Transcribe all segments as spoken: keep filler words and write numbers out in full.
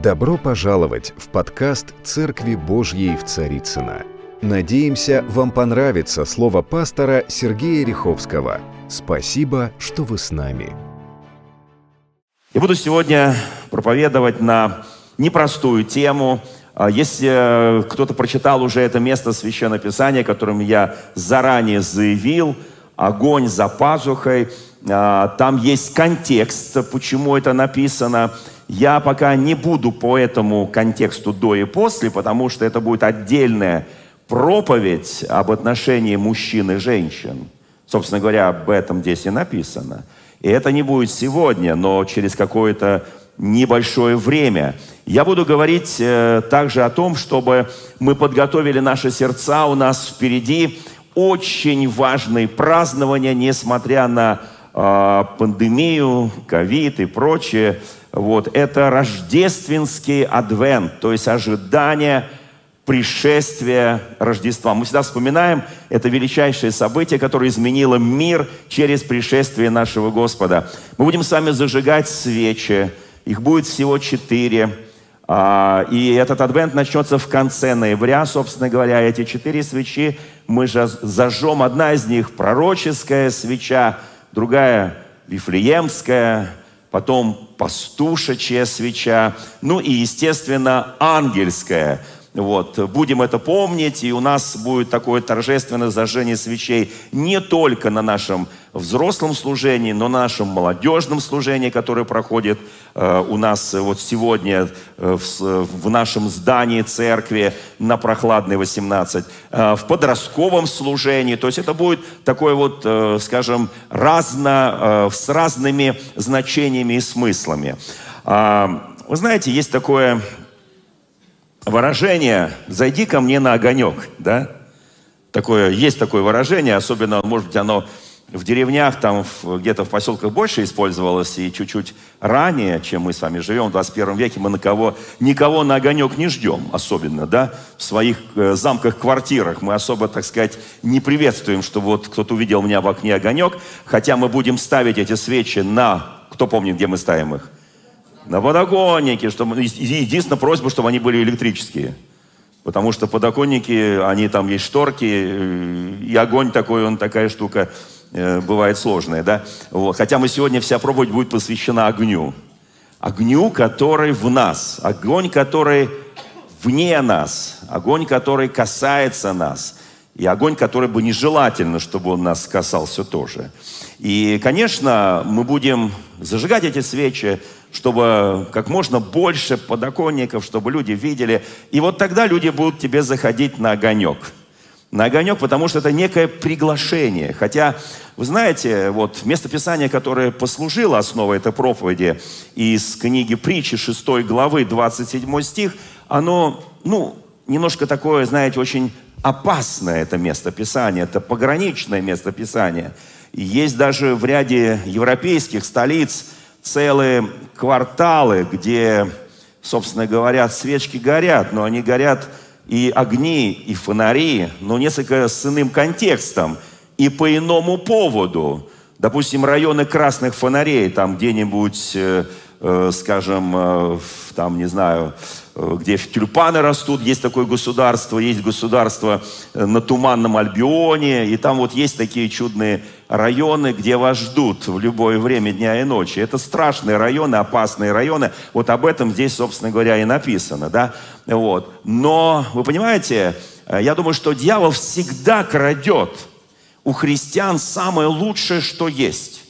Добро пожаловать в подкаст «Церкви Божьей в Царицыно». Надеемся, вам понравится слово пастора Сергея Риховского. Спасибо, что вы с нами. Я буду сегодня проповедовать на непростую тему. Если кто-то прочитал уже это место Священного Писания, которым я заранее заявил, «Огонь за пазухой», там есть контекст, почему это написано. Я пока не буду по этому контексту до и после, потому что это будет отдельная проповедь об отношении мужчин и женщин. Собственно говоря, об этом здесь и написано. И это не будет сегодня, но через какое-то небольшое время. Я буду говорить э, также о том, чтобы мы подготовили наши сердца. У нас впереди очень важные празднования, несмотря на э, пандемию, ковид и прочее. Вот, это рождественский адвент, то есть ожидание пришествия Рождества. Мы всегда вспоминаем это величайшее событие, которое изменило мир через пришествие нашего Господа. Мы будем с вами зажигать свечи, их будет всего четыре. И этот адвент начнется в конце ноября, собственно говоря. Эти четыре свечи мы же зажжем. Одна из них пророческая свеча, другая вифлеемская, потом пастушечья свеча, ну и, естественно, ангельская. Вот. Будем это помнить, и у нас будет такое торжественное зажжение свечей не только на нашем взрослом служении, но на нашем молодежном служении, которое проходит э, у нас вот сегодня э, в, в нашем здании церкви на Прохладной восемнадцать, э, в подростковом служении. То есть это будет такое вот, э, скажем, разно, э, с разными значениями и смыслами. Э, вы знаете, есть такое выражение «зайди ко мне на огонек», да? Такое, есть такое выражение, особенно, может быть, оно в деревнях, там где-то в поселках больше использовалось, и чуть-чуть ранее, чем мы с вами живем в двадцать первом веке, мы на кого, никого на огонек не ждем, особенно, да? В своих э, замках, квартирах мы особо, так сказать, не приветствуем, что вот кто-то увидел у меня в окне огонек, хотя мы будем ставить эти свечи на... Кто помнит, где мы ставим их? На подоконнике, чтобы, единственная просьба, чтобы они были электрические. Потому что подоконники, они там есть шторки, и огонь такой, он такая штука, э, бывает сложная, да. Вот. Хотя мы сегодня, вся проповедь будет посвящена огню. Огню, который в нас. Огонь, который вне нас. Огонь, который касается нас. И огонь, который бы нежелательно, чтобы он нас касался тоже. И, конечно, мы будем зажигать эти свечи, чтобы как можно больше подоконников, чтобы люди видели. И вот тогда люди будут тебе заходить на огонек. На огонек, потому что это некое приглашение. Хотя, вы знаете, вот местописание, которое послужило основой этой проповеди из книги Притчи шестой главы, двадцать седьмой стих, оно, ну, немножко такое, знаете, очень опасное это местописание, это пограничное местописание. И есть даже в ряде европейских столиц целые кварталы, где, собственно говоря, свечки горят, но они горят и огни, и фонари, но несколько с иным контекстом и по иному поводу. Допустим, районы красных фонарей, там где-нибудь, э, э, скажем, э, там, не знаю, э, где тюльпаны растут, есть такое государство, есть государство на Туманном Альбионе, и там вот есть такие чудные районы, где вас ждут в любое время дня и ночи. Это страшные районы, опасные районы. Вот об этом здесь, собственно говоря, и написано, да? Вот. Но, вы понимаете, я думаю, что дьявол всегда крадет у христиан самое лучшее, что есть.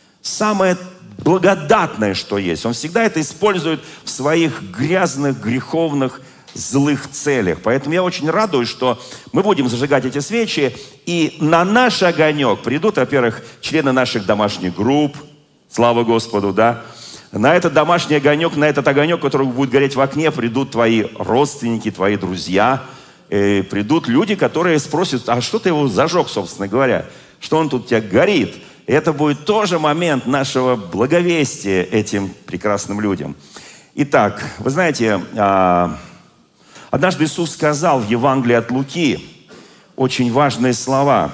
Самое благодатное, что есть. Он всегда это использует в своих грязных, греховных, злых целях. Поэтому я очень радуюсь, что мы будем зажигать эти свечи, и на наш огонек придут, во-первых, члены наших домашних групп, слава Господу, да. На этот домашний огонек, на этот огонек, который будет гореть в окне, придут твои родственники, твои друзья, и придут люди, которые спросят, а что ты его зажег, собственно говоря, что он тут у тебя горит. И это будет тоже момент нашего благовестия этим прекрасным людям. Итак, вы знаете, однажды Иисус сказал в Евангелии от Луки очень важные слова.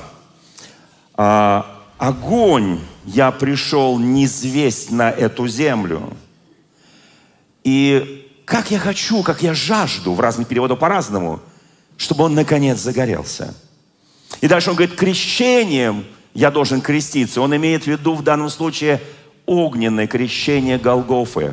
«Огонь я пришел низвесть на эту землю». И как я хочу, как я жажду, в разных переводах по-разному, чтобы он наконец загорелся. И дальше он говорит, крещением я должен креститься. Он имеет в виду в данном случае огненное крещение Голгофы.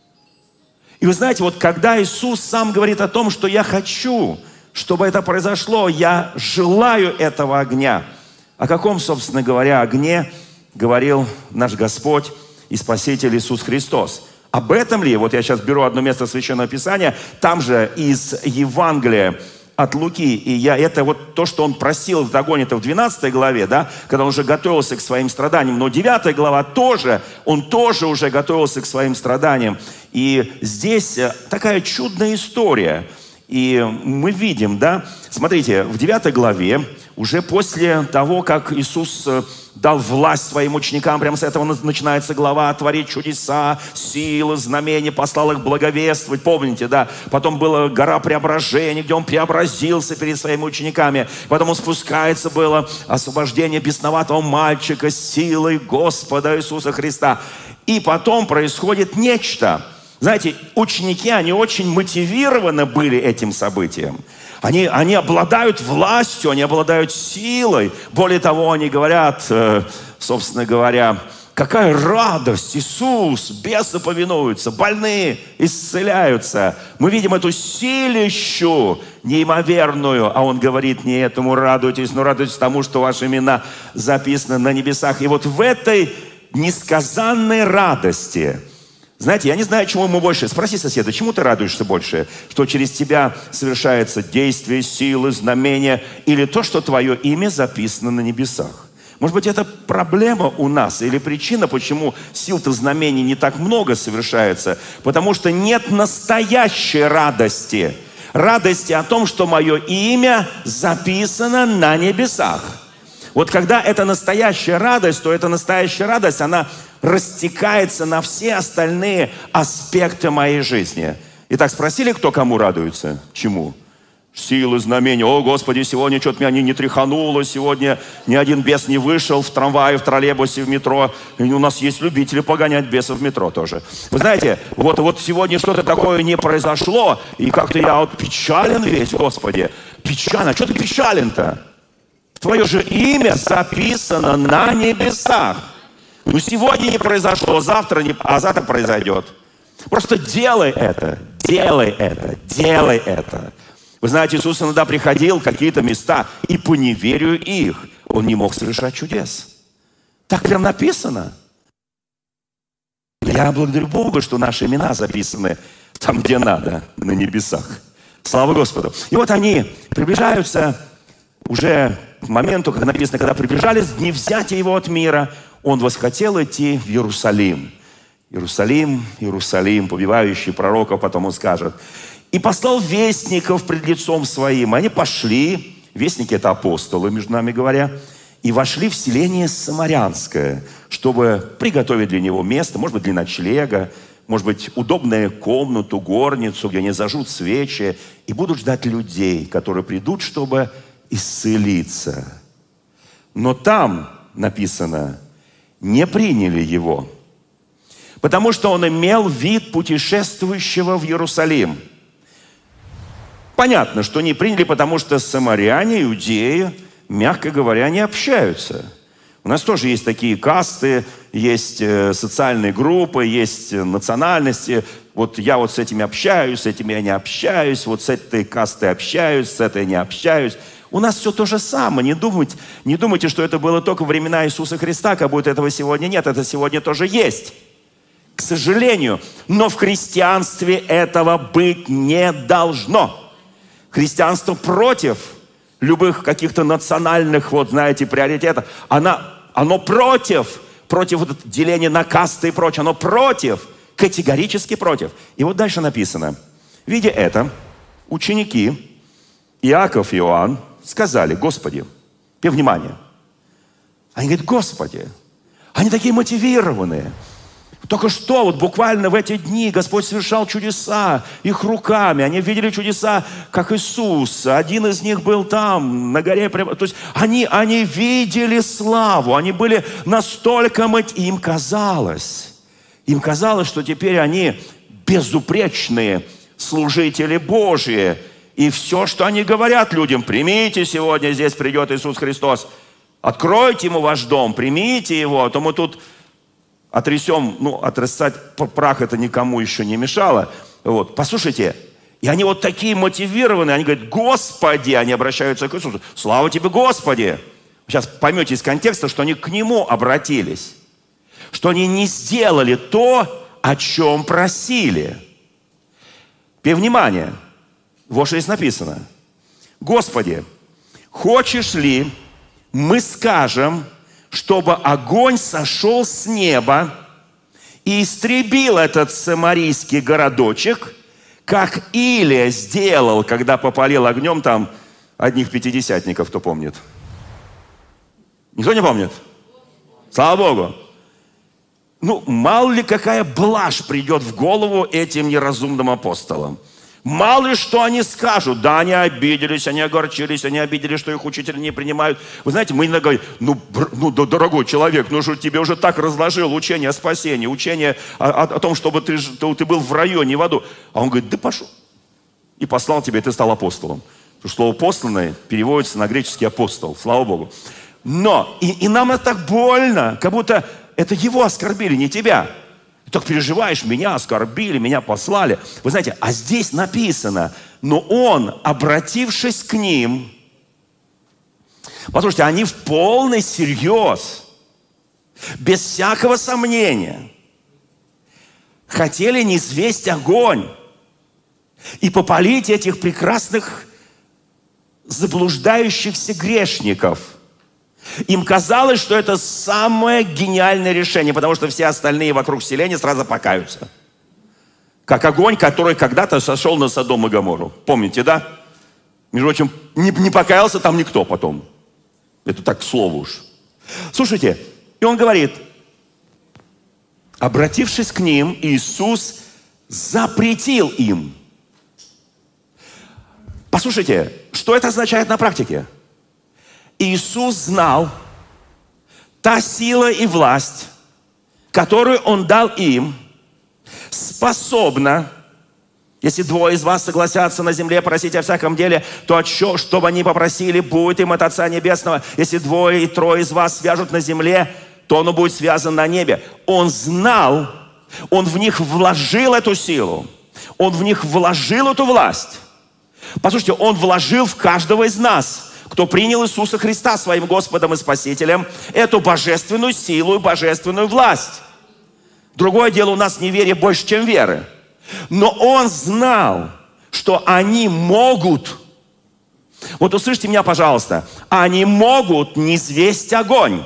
И вы знаете, вот когда Иисус сам говорит о том, что я хочу, чтобы это произошло, я желаю этого огня. О каком, собственно говоря, огне говорил наш Господь и Спаситель Иисус Христос? Об этом ли? Вот я сейчас беру одно место Священного Писания, там же из Евангелия от Луки, и я, это вот то, что он просил в Дагоне, это в двенадцатой главе, да, когда он уже готовился к своим страданиям, но девятая глава тоже, он тоже уже готовился к своим страданиям. И здесь такая чудная история. И мы видим, да, смотрите, в девятой главе, уже после того, как Иисус дал власть своим ученикам, прямо с этого начинается глава, творить чудеса, силы, знамения, послал их благовествовать, помните, да, потом была гора преображения, где он преобразился перед своими учениками, потом он спускается, было освобождение бесноватого мальчика силой Господа Иисуса Христа, и потом происходит нечто. Знаете, ученики, они очень мотивированы были этим событием. Они, они обладают властью, они обладают силой. Более того, они говорят, э, собственно говоря, какая радость, Иисус, бесы повинуются, больные исцеляются. Мы видим эту силищу неимоверную, а он говорит, не этому радуйтесь, но радуйтесь тому, что ваши имена записаны на небесах. И вот в этой несказанной радости, знаете, я не знаю, чему мы больше. Спроси соседа, чему ты радуешься больше? Что через тебя совершается действие, силы, знамения, или то, что твое имя записано на небесах? Может быть, это проблема у нас, или причина, почему сил-то знамений не так много совершается? Потому что нет настоящей радости. Радости о том, что мое имя записано на небесах. Вот когда это настоящая радость, то эта настоящая радость, она растекается на все остальные аспекты моей жизни. Итак, спросили, кто кому радуется? Чему? Силы, знамения. О, Господи, сегодня что-то меня не, не тряхануло, сегодня ни один бес не вышел в трамвае, в троллейбусе, в метро. И у нас есть любители погонять бесов в метро тоже. Вы знаете, вот, вот сегодня что-то такое не произошло, и как-то я вот печален весь, Господи. Печален. А что ты печален-то? Твое же имя записано на небесах. Ну, сегодня не произошло, завтра не, а завтра произойдет. Просто делай это, делай это, делай это. Вы знаете, Иисус иногда приходил в какие-то места, и по неверию их он не мог совершать чудес. Так прям написано. Я благодарю Бога, что наши имена записаны там, где надо, на небесах. Слава Господу. И вот они приближаются уже к моменту, как написано, когда приближались дни взятия его от мира, он восхотел идти в Иерусалим. Иерусалим, Иерусалим, побивающий пророков, потом он скажет. И послал вестников пред лицом своим. Они пошли, вестники это апостолы, между нами говоря, и вошли в селение Самарянское, чтобы приготовить для него место, может быть, для ночлега, может быть, удобную комнату, горницу, где они зажгут свечи и будут ждать людей, которые придут, чтобы исцелиться. Но там написано, не приняли его, потому что он имел вид путешествующего в Иерусалим. Понятно, что не приняли, потому что самаряне, иудеи, мягко говоря, не общаются. У нас тоже есть такие касты, есть социальные группы, есть национальности. Вот я вот с этими общаюсь, с этими я не общаюсь, вот с этой кастой общаюсь, с этой не общаюсь. У нас все то же самое. Не думайте, не думайте, что это было только во времена Иисуса Христа, как будто этого сегодня нет. Это сегодня тоже есть. К сожалению. Но в христианстве этого быть не должно. Христианство против любых каких-то национальных, вот знаете, приоритетов. Оно, оно против, против вот деления на касты и прочее. Оно против, категорически против. И вот дальше написано. Видя это, ученики Иаков и Иоанн сказали, Господи, теперь внимание. Они говорят, Господи, они такие мотивированные. Только что, вот буквально в эти дни Господь совершал чудеса их руками. Они видели чудеса, как Иисус. Один из них был там, на горе. То есть они, они видели славу. Они были настолько... И им казалось, им казалось, что теперь они безупречные служители Божьи. И все, что они говорят людям: примите сегодня, здесь придет Иисус Христос. Откройте Ему ваш дом, примите Его, а то мы тут отрясем, ну, отрастать прах это никому еще не мешало. Вот. Послушайте, и они вот такие мотивированные, они говорят: Господи, они обращаются к Иисусу. Слава Тебе, Господи! Сейчас поймете из контекста, что они к Нему обратились, что они не сделали то, о чем просили. Теперь внимание, вот что здесь написано. Господи, хочешь ли, мы скажем, чтобы огонь сошел с неба и истребил этот самарийский городочек, как Илия сделал, когда попалил огнем там одних пятидесятников, кто помнит? Никто не помнит? Слава Богу! Ну, мало ли какая блажь придет в голову этим неразумным апостолам. Мало ли что они скажут. Да, они обиделись, они огорчились, они обиделись, что их учителя не принимают. Вы знаете, мы иногда говорим: ну, ну дорогой человек, ну что тебе уже так разложил учение о спасении, учение о, о, о том, чтобы ты, ты был в раю, не в аду. А он говорит: да пошел. И послал тебя, и ты стал апостолом. Потому что слово «посланный» переводится на греческий апостол. Слава Богу. Но, и, и нам это так больно, как будто это его оскорбили, не тебя. Ты так переживаешь: меня оскорбили, меня послали. Вы знаете, а здесь написано: но он, обратившись к ним, послушайте, они в полный серьез, без всякого сомнения, хотели низвесть огонь и попалить этих прекрасных заблуждающихся грешников. Им казалось, что это самое гениальное решение, потому что все остальные вокруг селения сразу покаются. Как огонь, который когда-то сошел на Содом и Гоморру. Помните, да? Между прочим, не, не покаялся там никто потом. Это так, к слову уж. Слушайте, и он говорит: обратившись к ним, Иисус запретил им. Послушайте, что это означает на практике? Иисус знал, та сила и власть, которую Он дал им, способна, если двое из вас согласятся на земле просить о всяком деле, то о чем, чтобы они попросили, будет им от Отца Небесного. Если двое и трое из вас свяжут на земле, то оно будет связано на небе. Он знал, Он в них вложил эту силу, Он в них вложил эту власть. Послушайте, Он вложил в каждого из нас, кто принял Иисуса Христа своим Господом и Спасителем, эту божественную силу и божественную власть. Другое дело, у нас неверие больше, чем веры. Но Он знал, что они могут, вот услышьте меня, пожалуйста, они могут низвесть огонь.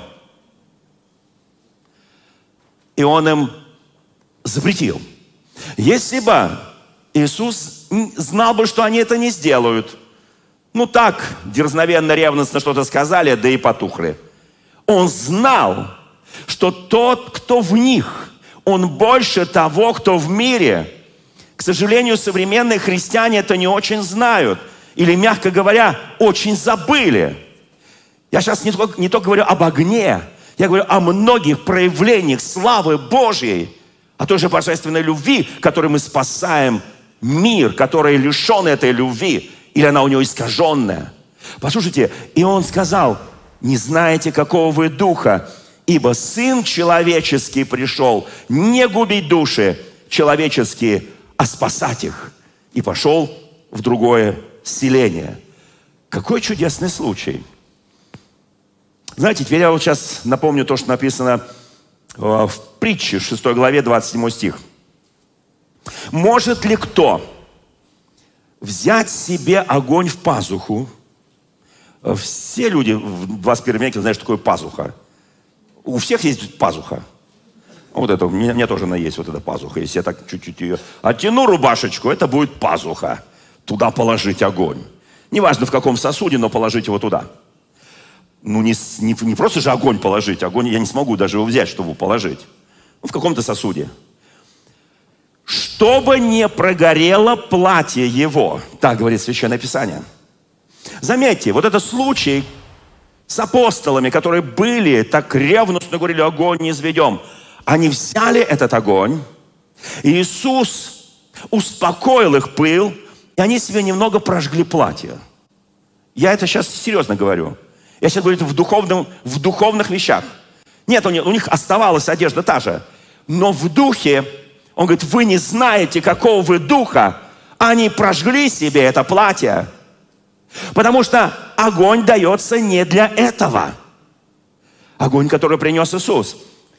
И Он им запретил. Если бы Иисус знал бы, что они это не сделают, ну так, дерзновенно, ревностно что-то сказали, да и потухли. Он знал, что тот, кто в них, он больше того, кто в мире. К сожалению, современные христиане это не очень знают. Или, мягко говоря, очень забыли. Я сейчас не только, не только говорю об огне, я говорю о многих проявлениях славы Божьей, о той же божественной любви, которой мы спасаем мир, который лишен этой любви. Или она у него искаженная. Послушайте, и он сказал: не знаете, какого вы духа, ибо Сын Человеческий пришел не губить души человеческие, а спасать их. И пошел в другое селение. Какой чудесный случай. Знаете, теперь я вот сейчас напомню то, что написано в притче, шестой главе, двадцать седьмой стих. Может ли кто взять себе огонь в пазуху? Все люди в двадцать первом веке знают, что такое пазуха. У всех есть пазуха. Вот это, у меня, у меня тоже она есть, вот эта пазуха. Если я так чуть-чуть ее оттяну рубашечку, это будет пазуха. Туда положить огонь. Неважно в каком сосуде, но положить его туда. Ну не, не, не просто же огонь положить. Огонь я не смогу даже его взять, чтобы положить. Ну в каком-то сосуде. Чтобы не прогорело платье его. Так говорит Священное Писание. Заметьте, вот это случай с апостолами, которые были так ревностно говорили: огонь не изведем. Они взяли этот огонь. И Иисус, успокоил их пыл, и они себе немного прожгли платье. Я это сейчас серьезно говорю. Я сейчас говорю в, духовном, в духовных вещах. Нет, у них, у них оставалась одежда та же. Но в духе, он говорит, вы не знаете, какого вы духа. Они прожгли себе это платье. Потому что огонь дается не для этого. Огонь, который принес Иисус.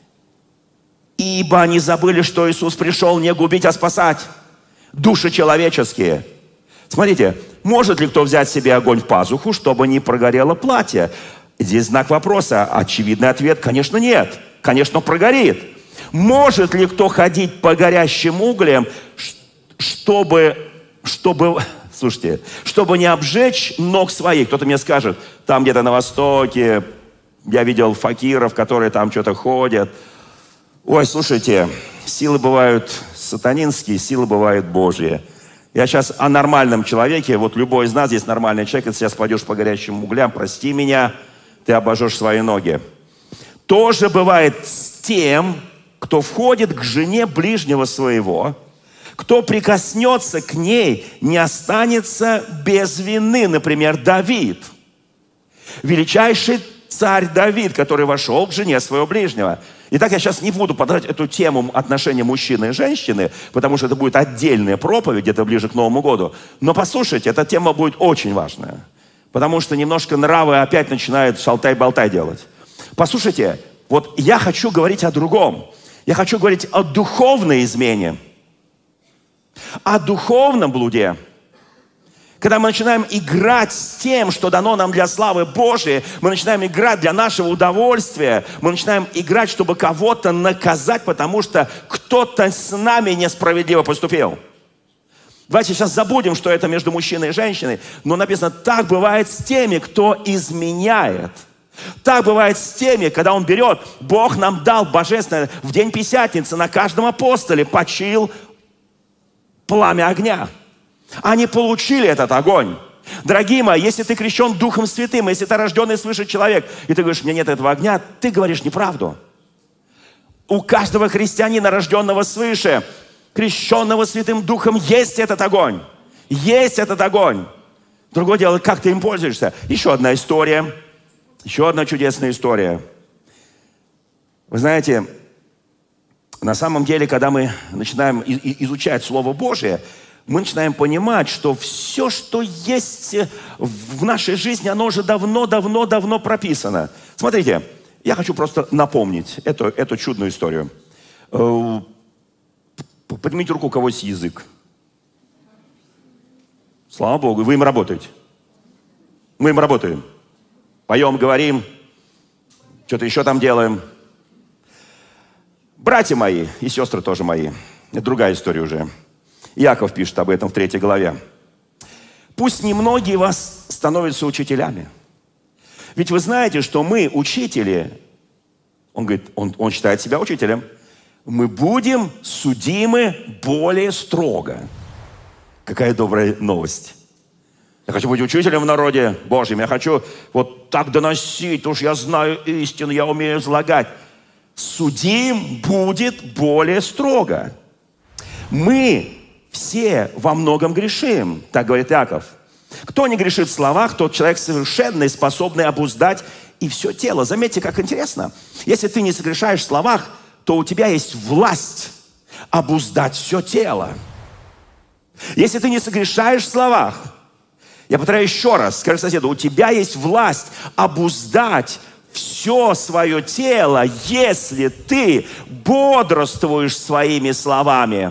Ибо они забыли, что Иисус пришел не губить, а спасать души человеческие. Смотрите, может ли кто взять себе огонь в пазуху, чтобы не прогорело платье? Здесь знак вопроса. Очевидный ответ, конечно, нет. Конечно, прогорит. Может ли кто ходить по горящим углям, чтобы, чтобы, слушайте, чтобы не обжечь ног своих? Кто-то мне скажет, там где-то на востоке, я видел факиров, которые там что-то ходят. Ой, слушайте, силы бывают сатанинские, силы бывают божьи. Я сейчас о нормальном человеке, вот любой из нас здесь нормальный человек, если сейчас пойдешь по горящим углям, прости меня, ты обожжешь свои ноги. Тоже бывает с тем, кто входит к жене ближнего своего, кто прикоснется к ней, не останется без вины. Например, Давид. Величайший царь Давид, который вошел к жене своего ближнего. Итак, я сейчас не буду подать эту тему отношения мужчины и женщины, потому что это будет отдельная проповедь, где-то ближе к Новому году. Но послушайте, эта тема будет очень важная. Потому что немножко нравы опять начинают шалтай-болтай делать. Послушайте, вот я хочу говорить о другом. Я хочу говорить о духовной измене. О духовном блуде. Когда мы начинаем играть с тем, что дано нам для славы Божией, мы начинаем играть для нашего удовольствия, мы начинаем играть, чтобы кого-то наказать, потому что кто-то с нами несправедливо поступил. Давайте сейчас забудем, что это между мужчиной и женщиной, но написано, так бывает с теми, кто изменяет. Так бывает с теми, когда он берет, Бог нам дал божественное, в день Пятидесятницы на каждом апостоле почил пламя огня. Они получили этот огонь. Дорогие мои, если ты крещен Духом Святым, если ты рожденный свыше человек, и ты говоришь, у меня нет этого огня, ты говоришь неправду. У каждого христианина, рожденного свыше, крещенного Святым Духом, есть этот огонь. Есть этот огонь. Другое дело, как ты им пользуешься. Еще одна история. Еще одна чудесная история. Вы знаете, на самом деле, когда мы начинаем изучать Слово Божие, мы начинаем понимать, что все, что есть в нашей жизни, оно уже давно-давно-давно прописано. Смотрите, я хочу просто напомнить эту, эту чудную историю. Поднимите руку, у кого есть язык. Слава Богу, вы им работаете. Мы им работаем. Поем, говорим, что-то еще там делаем. Братья мои и сестры тоже мои. Это другая история уже. Иаков пишет об этом в третьей главе. Пусть немногие вас становятся учителями. Ведь вы знаете, что мы, учители, он говорит, он, он считает себя учителем, мы будем судимы более строго. Какая добрая новость. Я хочу быть учителем в народе Божьем. Я хочу вот так доносить, потому что я знаю истину, я умею излагать. Судим будет более строго. Мы все во многом грешим, так говорит Иаков. Кто не грешит в словах, тот человек совершенный, способный обуздать и все тело. Заметьте, как интересно. Если ты не согрешаешь в словах, то у тебя есть власть обуздать все тело. Если ты не согрешаешь в словах, я повторяю еще раз, скажи соседу, у тебя есть власть обуздать все свое тело, если ты бодрствуешь своими словами.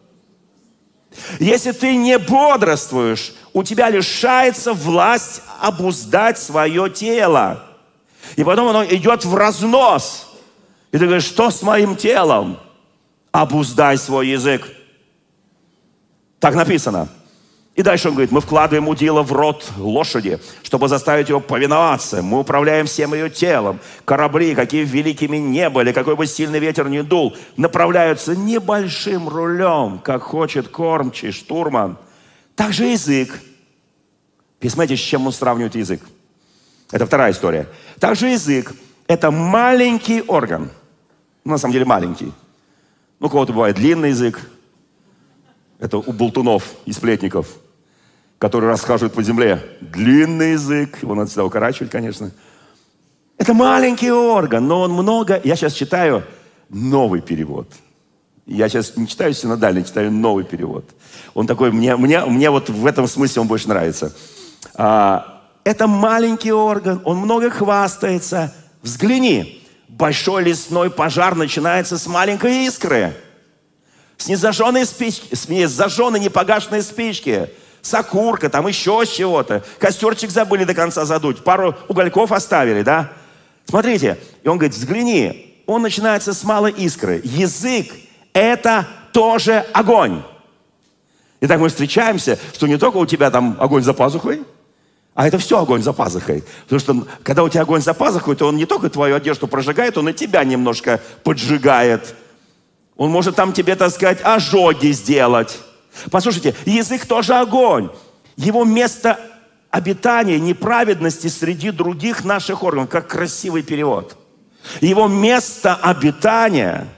Если ты не бодрствуешь, у тебя лишается власть обуздать свое тело. И потом оно идет в разнос. И ты говоришь, что с моим телом? Обуздай свой язык. Так написано. И дальше он говорит, мы вкладываем удила в рот лошади, чтобы заставить его повиноваться. Мы управляем всем ее телом. Корабли, какие великими не были, какой бы сильный ветер ни дул, направляются небольшим рулем, как хочет кормчий, штурман. Так же язык. И смотрите, с чем он сравнивает язык. Это вторая история. Также язык – это маленький орган. Ну, на самом деле маленький. Ну, у кого-то бывает длинный язык. Это у болтунов и сплетников, которые расхаживают по земле. Длинный язык, его надо всегда укорачивать, конечно. Это маленький орган, но он много... Я сейчас читаю новый перевод. Я сейчас не читаю синодальный, читаю новый перевод. Он такой, мне, мне, мне вот в этом смысле он больше нравится. А, это маленький орган, он много хвастается. Взгляни, большой лесной пожар начинается с маленькой искры. С незажженной спички, с зажженной непогашенной спички. С окурка, там еще с чего-то. Костерчик забыли до конца задуть. Пару угольков оставили, да? Смотрите, и он говорит, взгляни, он начинается с малой искры. Язык – это тоже огонь. Итак, мы встречаемся, что не только у тебя там огонь за пазухой, а это все огонь за пазухой. Потому что когда у тебя огонь за пазухой, то он не только твою одежду прожигает, он и тебя немножко поджигает. Он может там тебе, так сказать, ожоги сделать. Послушайте, язык тоже огонь. Его место обитания неправедности среди других наших органов. Как красивый перевод. Его место обитания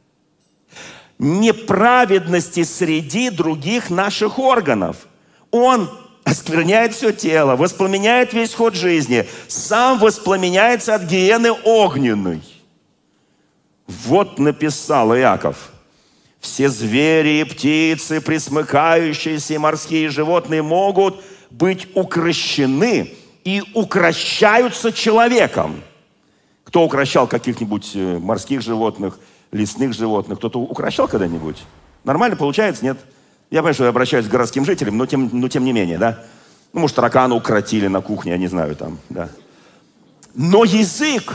неправедности среди других наших органов. Он оскверняет все тело, воспламеняет весь ход жизни, сам воспламеняется от гиены огненной. Вот написал Иаков. Все звери и птицы, пресмыкающиеся и морские животные могут быть укращены и укращаются человеком. Кто укращал каких-нибудь морских животных, лесных животных? Кто-то укращал когда-нибудь? Нормально получается, нет? Я понимаю, что я обращаюсь к городским жителям, но тем, но тем не менее, да? Ну, может, таракана укротили на кухне, я не знаю, там, да. Но язык...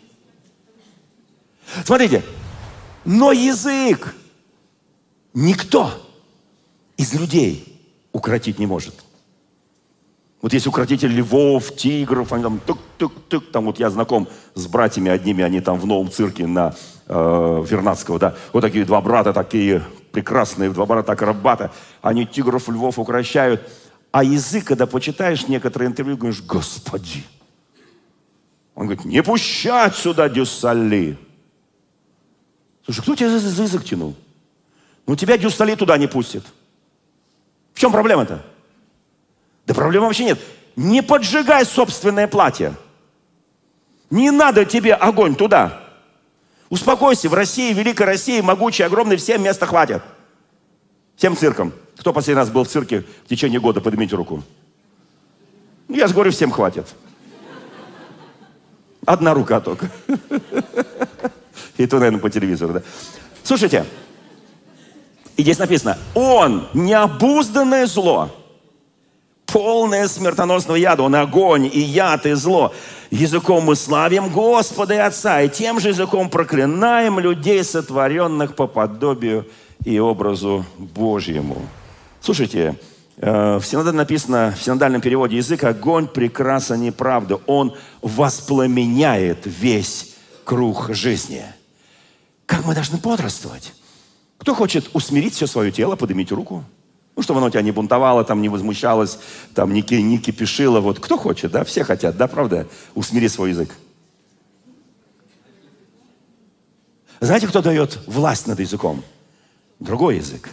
Смотрите, но язык никто из людей укротить не может. Вот есть укротитель львов, тигров, они там тык-тык-тык, там вот я знаком с братьями одними, они там в новом цирке на э, Вернадского, да, вот такие два брата, такие прекрасные, два брата-акробата, они тигров, львов укрощают, а язык, когда почитаешь некоторые интервью, говоришь, Господи, он говорит, не пущать сюда дюссали. Слушай, кто тебя за язык тянул? Ну, тебя дюссали туда не пустит. В чем проблема-то? Да проблемы вообще нет. Не поджигай собственное платье. Не надо тебе огонь туда. Успокойся, в России, великой России, могучей, огромной, всем места хватит. Всем циркам. Кто последний раз был в цирке в течение года, поднимите руку. Я же говорю, всем хватит. Одна рука только. И то, наверное, по телевизору, да. Слушайте, и здесь написано, он необузданное зло, полное смертоносного яда, он огонь и яд и зло. Языком мы славим Господа и Отца, и тем же языком проклинаем людей, сотворенных по подобию и образу Божьему. Слушайте, в синодальном написано, в синодальном переводе, язык огонь, прекраса, неправда. Он воспламеняет весь круг жизни. Как мы должны бодрствовать? Кто хочет усмирить все свое тело, поднимите руку. Ну, чтобы оно тебя не бунтовало, там, не возмущалось, там, не, не кипишило. Вот. Кто хочет, да? Все хотят, да, правда? Усмири свой язык. Знаете, кто дает власть над языком? Другой язык.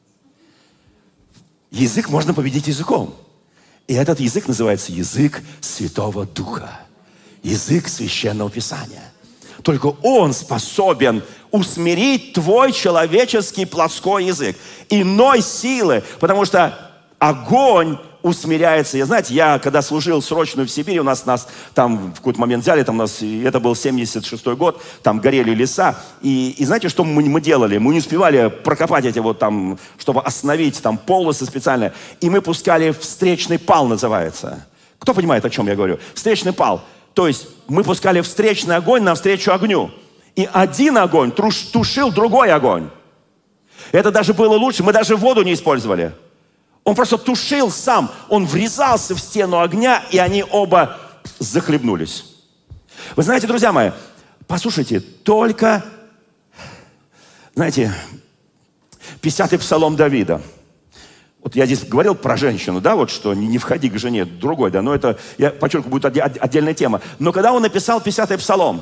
Язык можно победить языком. И этот язык называется язык Святого Духа. Язык Священного Писания. Только он способен усмирить твой человеческий плотской язык. Иной силы, потому что огонь усмиряется. Я, знаете, я когда служил срочную в Сибири, у нас, нас там в какой-то момент взяли, там у нас, это был семьдесят шестой год, там горели леса. И, и знаете, что мы, мы делали? Мы не успевали прокопать эти вот там, чтобы остановить там полосы специально. И мы пускали встречный пал, называется. Кто понимает, о чем я говорю? Встречный пал. То есть мы пускали встречный огонь навстречу огню. И один огонь тушил другой огонь. Это даже было лучше. Мы даже воду не использовали. Он просто тушил сам. Он врезался в стену огня, и они оба захлебнулись. Вы знаете, друзья мои, послушайте, только, знаете, пятидесятый псалом Давида. Вот я здесь говорил про женщину, да, вот что не, не входи к жене другой, да, но это, я подчеркиваю, будет отдельная тема. Но когда он написал пятидесятый псалом,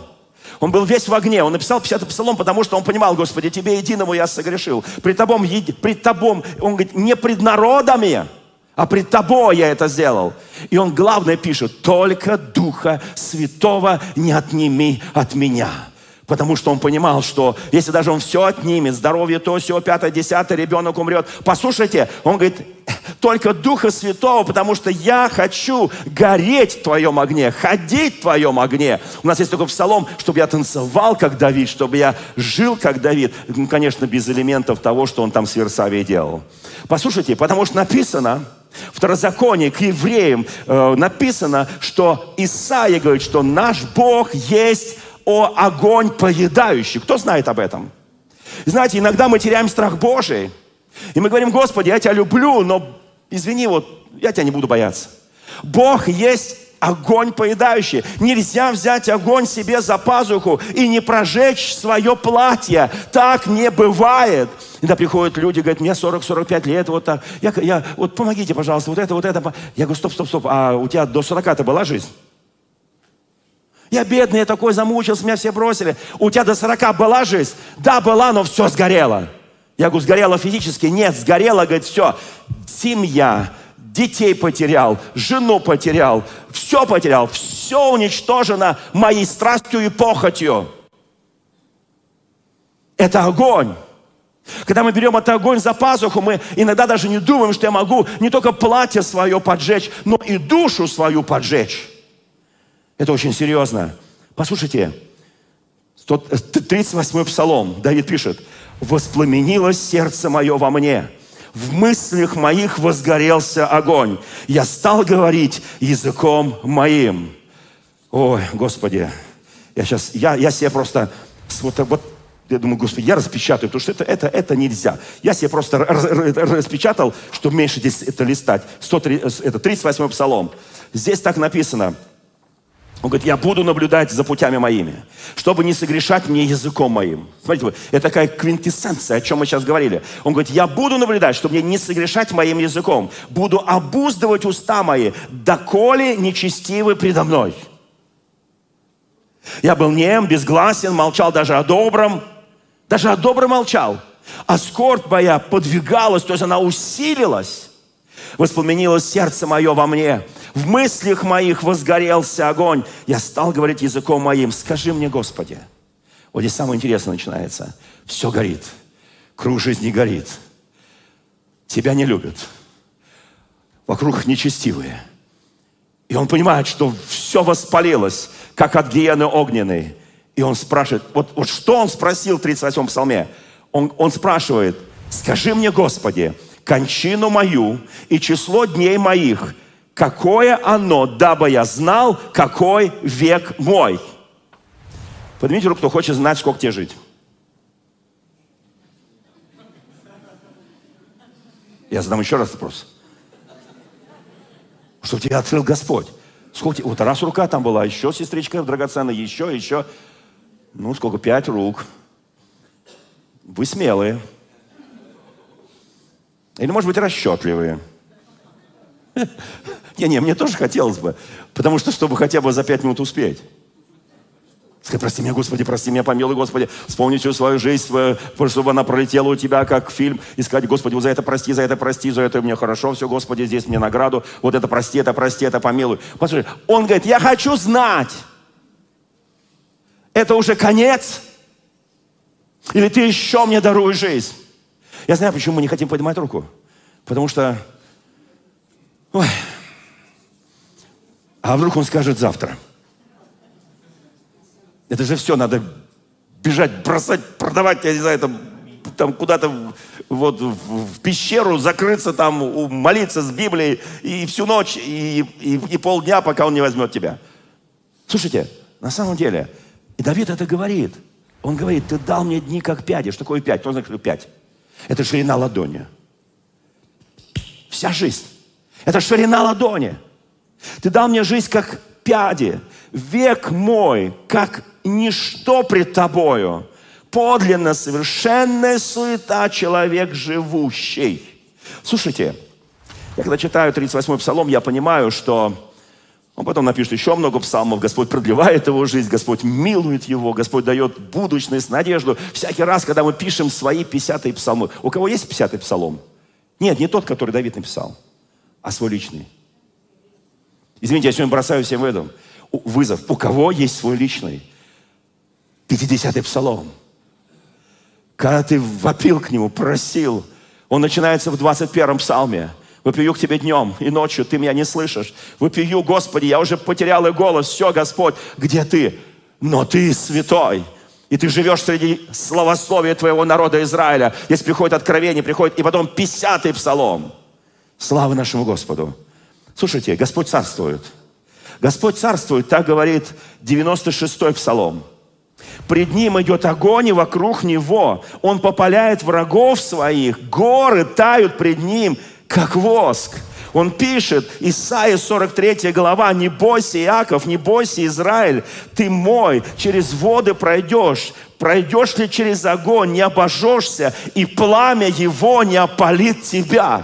Он был весь в огне. Он написал пятидесятый псалом, потому что он понимал: Господи, Тебе единому я согрешил. Пред Тобой, пред Тобой, он говорит, не пред народами, а пред Тобой я это сделал. И он главное пишет: только Духа Святого не отними от меня. Потому что он понимал, что если даже он все отнимет, здоровье то, сё, пятое, десятое, ребенок умрет. Послушайте, он говорит: только Духа Святого, потому что я хочу гореть в Твоем огне, ходить в Твоем огне. У нас есть такой псалом, чтобы я танцевал, как Давид, чтобы я жил, как Давид. Ну, конечно, без элементов того, что он там с Версавией делал. Послушайте, потому что написано, в Второзаконии к евреям э, написано, что Исаия говорит, что наш Бог есть о огонь поедающий. Кто знает об этом? И знаете, иногда мы теряем страх Божий. И мы говорим: Господи, я Тебя люблю, но извини, вот я Тебя не буду бояться. Бог есть огонь поедающий. Нельзя взять огонь себе за пазуху и не прожечь свое платье. Так не бывает. Иногда приходят люди, говорят: мне сорок-сорок пять лет, вот так. Я, я, вот помогите, пожалуйста, вот это, вот это. Я говорю: стоп, стоп, стоп, а у тебя до сорока-то была жизнь? Я бедный, я такой замучился, меня все бросили. У тебя до сорока была жизнь? Да, была, но все сгорело. Я говорю: сгорело физически? Нет, сгорело, говорит, все. Семья, детей потерял, жену потерял, все потерял, все уничтожено моей страстью и похотью. Это огонь. Когда мы берем этот огонь за пазуху, мы иногда даже не думаем, что я могу не только платье свое поджечь, но и душу свою поджечь. Это очень серьезно. Послушайте, тридцать восьмой псалом, Давид пишет: «Воспламенилось сердце мое во мне, в мыслях моих возгорелся огонь, я стал говорить языком моим». Ой, Господи, я сейчас, я, я себе просто, вот, вот, я думаю: Господи, я распечатаю, потому что это, это, это нельзя. Я себе просто распечатал, чтобы меньше здесь это листать. сто три, это тридцать восьмой псалом. Здесь так написано. Он говорит: я буду наблюдать за путями моими, чтобы не согрешать мне языком моим. Смотрите, это такая квинтэссенция, о чем мы сейчас говорили. Он говорит: я буду наблюдать, чтобы мне не согрешать моим языком. Буду обуздывать уста мои, доколе нечестивы предо мной. Я был нем, безгласен, молчал даже о добром. Даже о добром молчал. А скорбь моя подвигалась, то есть она усилилась. Воспламенилось сердце мое во мне. В мыслях моих возгорелся огонь. Я стал говорить языком моим: скажи мне, Господи. Вот здесь самое интересное начинается. Все горит. Круг жизни горит. Тебя не любят. Вокруг нечестивые. И он понимает, что все воспалилось, как от гиены огненной. И он спрашивает, вот, вот что он спросил в тридцать восьмом псалме? Он, он спрашивает: скажи мне, Господи, кончину мою и число дней моих, какое оно, дабы я знал, какой век мой. Поднимите руку, кто хочет знать, сколько тебе жить. Я задам еще раз вопрос. Чтобы тебя открыл Господь. Сколько, вот раз рука там была, еще сестричка драгоценная, еще, еще. Ну, сколько? Пять рук. Вы смелые. Или, может быть, расчетливые. Не-не, мне тоже хотелось бы. Потому что, чтобы хотя бы за пять минут успеть. Скажи: прости меня, Господи, прости меня, помилуй, Господи. Вспомни всю свою жизнь, чтобы она пролетела у тебя, как фильм. И сказать: Господи, вот за это прости, за это прости, за это мне хорошо все, Господи, здесь мне награду. Вот это прости, это прости, это помилуй. Послушай, он говорит: я хочу знать. Это уже конец? Или ты еще мне даруешь жизнь? Я знаю, почему мы не хотим поднимать руку. Потому что... Ой, а вдруг он скажет завтра? Это же все, надо бежать, бросать, продавать, я не знаю, там, там куда-то вот, в, в пещеру, закрыться там, молиться с Библией и всю ночь, и, и, и полдня, пока он не возьмет тебя. Слушайте, на самом деле, и Давид это говорит. Он говорит: ты дал мне дни как пяди. Что такое пять? Кто знает, что пять? Это ширина ладони. Вся жизнь. Это ширина ладони. Ты дал мне жизнь как пяди. Век мой, как ничто пред тобою. Подлинно совершенная суета человек живущий. Слушайте, я когда читаю тридцать восьмой псалом, я понимаю, что Он потом напишет еще много псалмов. Господь продлевает его жизнь, Господь милует его, Господь дает будущность, надежду. Всякий раз, когда мы пишем свои пятидесятые псалмы. У кого есть пятидесятый псалом? Нет, не тот, который Давид написал, а свой личный. Извините, я сегодня бросаю всем в этом вызов. У кого есть свой личный пятидесятый псалом? Когда ты вопил к нему, просил, он начинается в двадцать первом псалме. Вопию к Тебе днем и ночью, Ты меня не слышишь. Вопию, Господи, я уже потерял и голос. Все, Господь, где Ты? Но Ты святой. И Ты живешь среди славословия Твоего народа Израиля. Здесь приходит откровение, приходит, и потом пятидесятый псалом. Слава нашему Господу. Слушайте, Господь царствует. Господь царствует, так говорит девяносто шестой псалом. Пред Ним идет огонь, и вокруг Него Он попаляет врагов Своих. Горы тают пред Ним, как воск. Он пишет, Исайя сорок третья глава, «Не бойся, Иаков, не бойся, Израиль, ты мой, через воды пройдешь, пройдешь ли через огонь, не обожжешься, и пламя его не опалит тебя».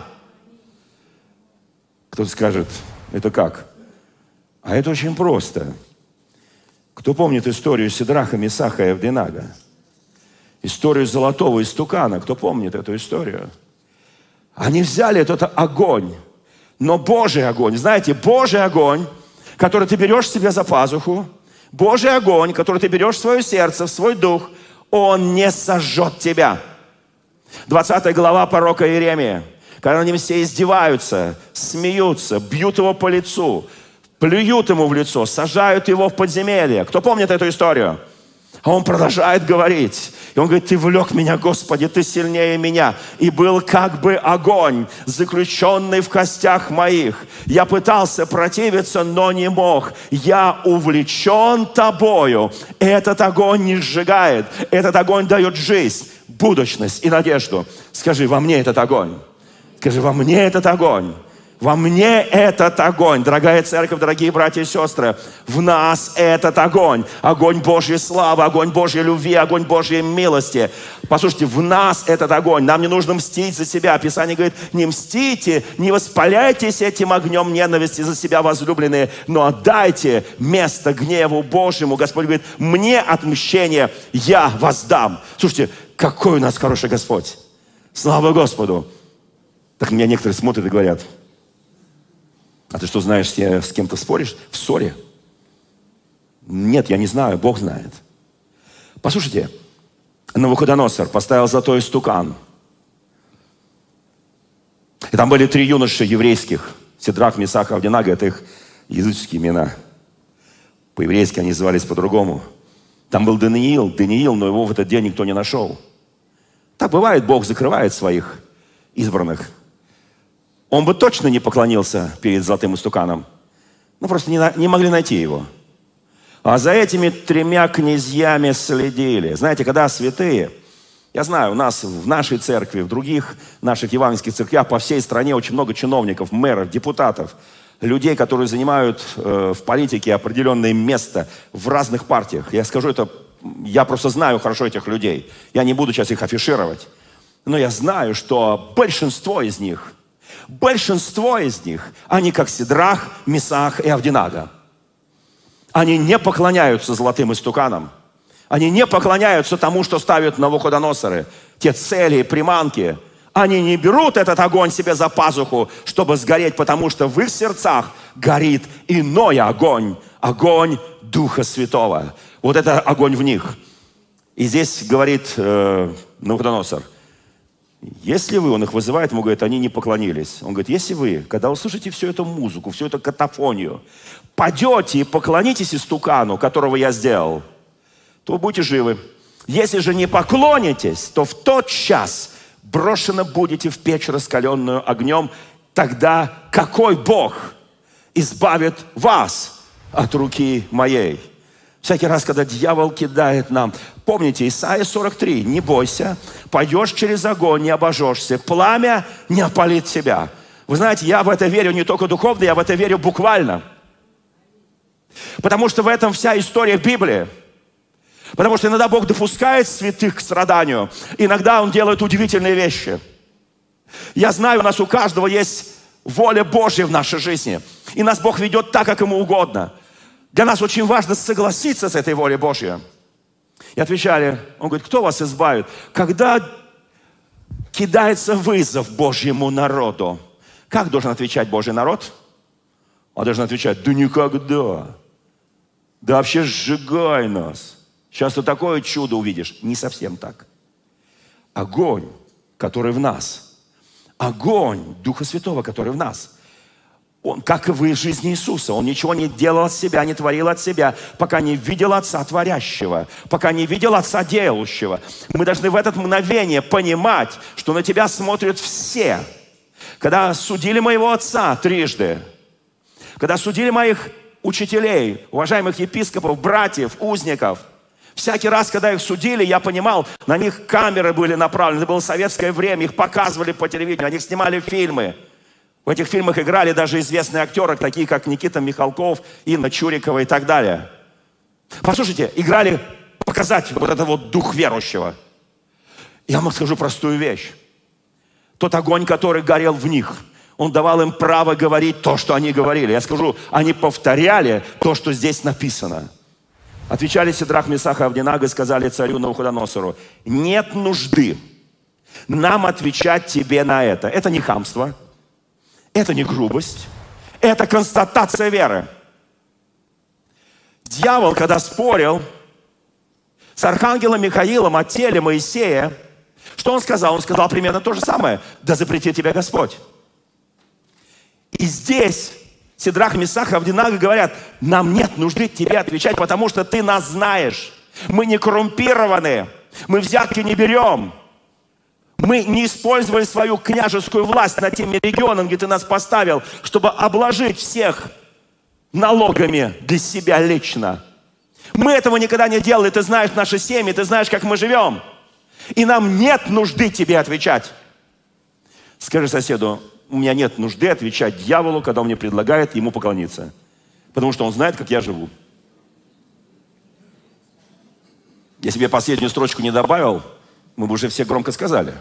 Кто-то скажет, это как? А это очень просто. Кто помнит историю Сидраха, Месаха и Авденага? Историю золотого истукана, кто помнит эту историю? Они взяли этот огонь, но Божий огонь. Знаете, Божий огонь, который ты берешь себе за пазуху, Божий огонь, который ты берешь в свое сердце, в свой дух, он не сожжет тебя. двадцатая глава пророка Иеремии. Когда над ним все издеваются, смеются, бьют его по лицу, плюют ему в лицо, сажают его в подземелье. Кто помнит эту историю? А он продолжает говорить. И он говорит, Ты влек меня, Господи, Ты сильнее меня. И был как бы огонь, заключенный в костях моих. Я пытался противиться, но не мог. Я увлечен Тобою. Этот огонь не сжигает. Этот огонь дает жизнь, будущность и надежду. Скажи, во мне этот огонь. Скажи, во мне этот огонь. Во мне этот огонь, дорогая церковь, дорогие братья и сестры, в нас этот огонь. Огонь Божьей славы, огонь Божьей любви, огонь Божьей милости. Послушайте, в нас этот огонь. Нам не нужно мстить за себя. Писание говорит, не мстите, не воспаляйтесь этим огнем ненависти за себя, возлюбленные, но отдайте место гневу Божьему. Господь говорит, мне отмщение я воздам. Слушайте, какой у нас хороший Господь. Слава Господу. Так меня некоторые смотрят и говорят, а ты что, знаешь, с кем-то споришь? В ссоре? Нет, я не знаю, Бог знает. Послушайте, Навуходоносор поставил золотой истукан. И там были три юноши еврейских. Сидрах, Месах, Авденага, это их языческие имена. По-еврейски они назывались по-другому. Там был Даниил, Даниил, но его в этот день никто не нашел. Так бывает, Бог закрывает своих избранных. Он бы точно не поклонился перед золотым истуканом. Ну, просто не, не могли найти его. А за этими тремя князьями следили. Знаете, когда святые, я знаю, у нас в нашей церкви, в других наших евангельских церквях по всей стране очень много чиновников, мэров, депутатов, людей, которые занимают э, в политике определенное место в разных партиях. Я скажу это, я просто знаю хорошо этих людей. Я не буду сейчас их афишировать. Но я знаю, что большинство из них, большинство из них, они как Сидрах, Месах и Авденага. Они не поклоняются золотым истуканам. Они не поклоняются тому, что ставят Навуходоносоры. Те цели, приманки. Они не берут этот огонь себе за пазуху, чтобы сгореть, потому что в их сердцах горит иной огонь. Огонь Духа Святого. Вот это огонь в них. И здесь говорит э, Навуходоносор, если вы, он их вызывает, ему говорит, они не поклонились. Он говорит, если вы, когда услышите всю эту музыку, всю эту катафонию, падете и поклонитесь истукану, которого я сделал, то вы будете живы. Если же не поклонитесь, то в тот час брошены будете в печь, раскаленную огнем. Тогда какой Бог избавит вас от руки моей? Всякий раз, когда дьявол кидает нам, помните, Исайя сорок три, не бойся, пойдешь через огонь, не обожжешься, пламя не опалит тебя. Вы знаете, я в это верю не только духовно, я в это верю буквально. Потому что в этом вся история Библии. Потому что иногда Бог допускает святых к страданию, иногда Он делает удивительные вещи. Я знаю, у нас у каждого есть воля Божья в нашей жизни. И нас Бог ведет так, как Ему угодно. Для нас очень важно согласиться с этой волей Божьей. И отвечали, он говорит, кто вас избавит? Когда кидается вызов Божьему народу, как должен отвечать Божий народ? Он должен отвечать, да никогда. Да вообще сжигай нас. Сейчас ты такое чудо увидишь. Не совсем так. Огонь, который в нас. Огонь Духа Святого, который в нас. Он, как и вы в жизни Иисуса, Он ничего не делал от себя, не творил от себя, пока не видел Отца Творящего, пока не видел Отца Делающего. Мы должны в это мгновение понимать, что на тебя смотрят все. Когда судили моего отца трижды, когда судили моих учителей, уважаемых епископов, братьев, узников, всякий раз, когда их судили, я понимал, на них камеры были направлены, это было советское время, их показывали по телевидению, на них снимали фильмы. В этих фильмах играли даже известные актеры, такие как Никита Михалков, Инна Чурикова и так далее. Послушайте, играли показать вот этот вот дух верующего. Я вам скажу простую вещь. Тот огонь, который горел в них, он давал им право говорить то, что они говорили. Я скажу, они повторяли то, что здесь написано. Отвечали Сидрах, Месах и Авдинага и сказали царю Навуходоносору, нет нужды нам отвечать тебе на это. Это не хамство. Это не грубость, это констатация веры. Дьявол, когда спорил с архангелом Михаилом о теле Моисея, что он сказал? Он сказал примерно то же самое. Да запрети тебя Господь. И здесь Сидрах, Месах и Авдинага говорят, нам нет нужды тебе отвечать, потому что ты нас знаешь. Мы не коррумпированы, мы взятки не берем. Мы не использовали свою княжескую власть над теми регионами, где ты нас поставил, чтобы обложить всех налогами для себя лично. Мы этого никогда не делали. Ты знаешь наши семьи, ты знаешь, как мы живем. И нам нет нужды тебе отвечать. Скажи соседу, у меня нет нужды отвечать дьяволу, когда он мне предлагает ему поклониться. Потому что он знает, как я живу. Если бы я последнюю строчку не добавил, мы бы уже все громко сказали.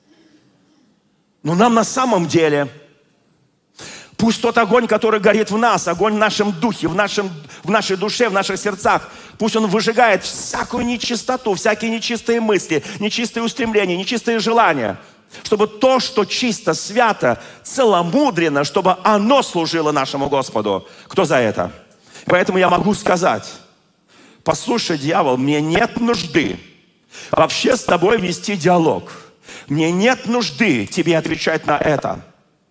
Но нам на самом деле, пусть тот огонь, который горит в нас, огонь в нашем духе, в, нашем, в нашей душе, в наших сердцах, пусть он выжигает всякую нечистоту, всякие нечистые мысли, нечистые устремления, нечистые желания, чтобы то, что чисто, свято, целомудренно, чтобы оно служило нашему Господу. Кто за это? Поэтому я могу сказать, послушай, дьявол, мне нет нужды вообще с тобой вести диалог. Мне нет нужды тебе отвечать на это.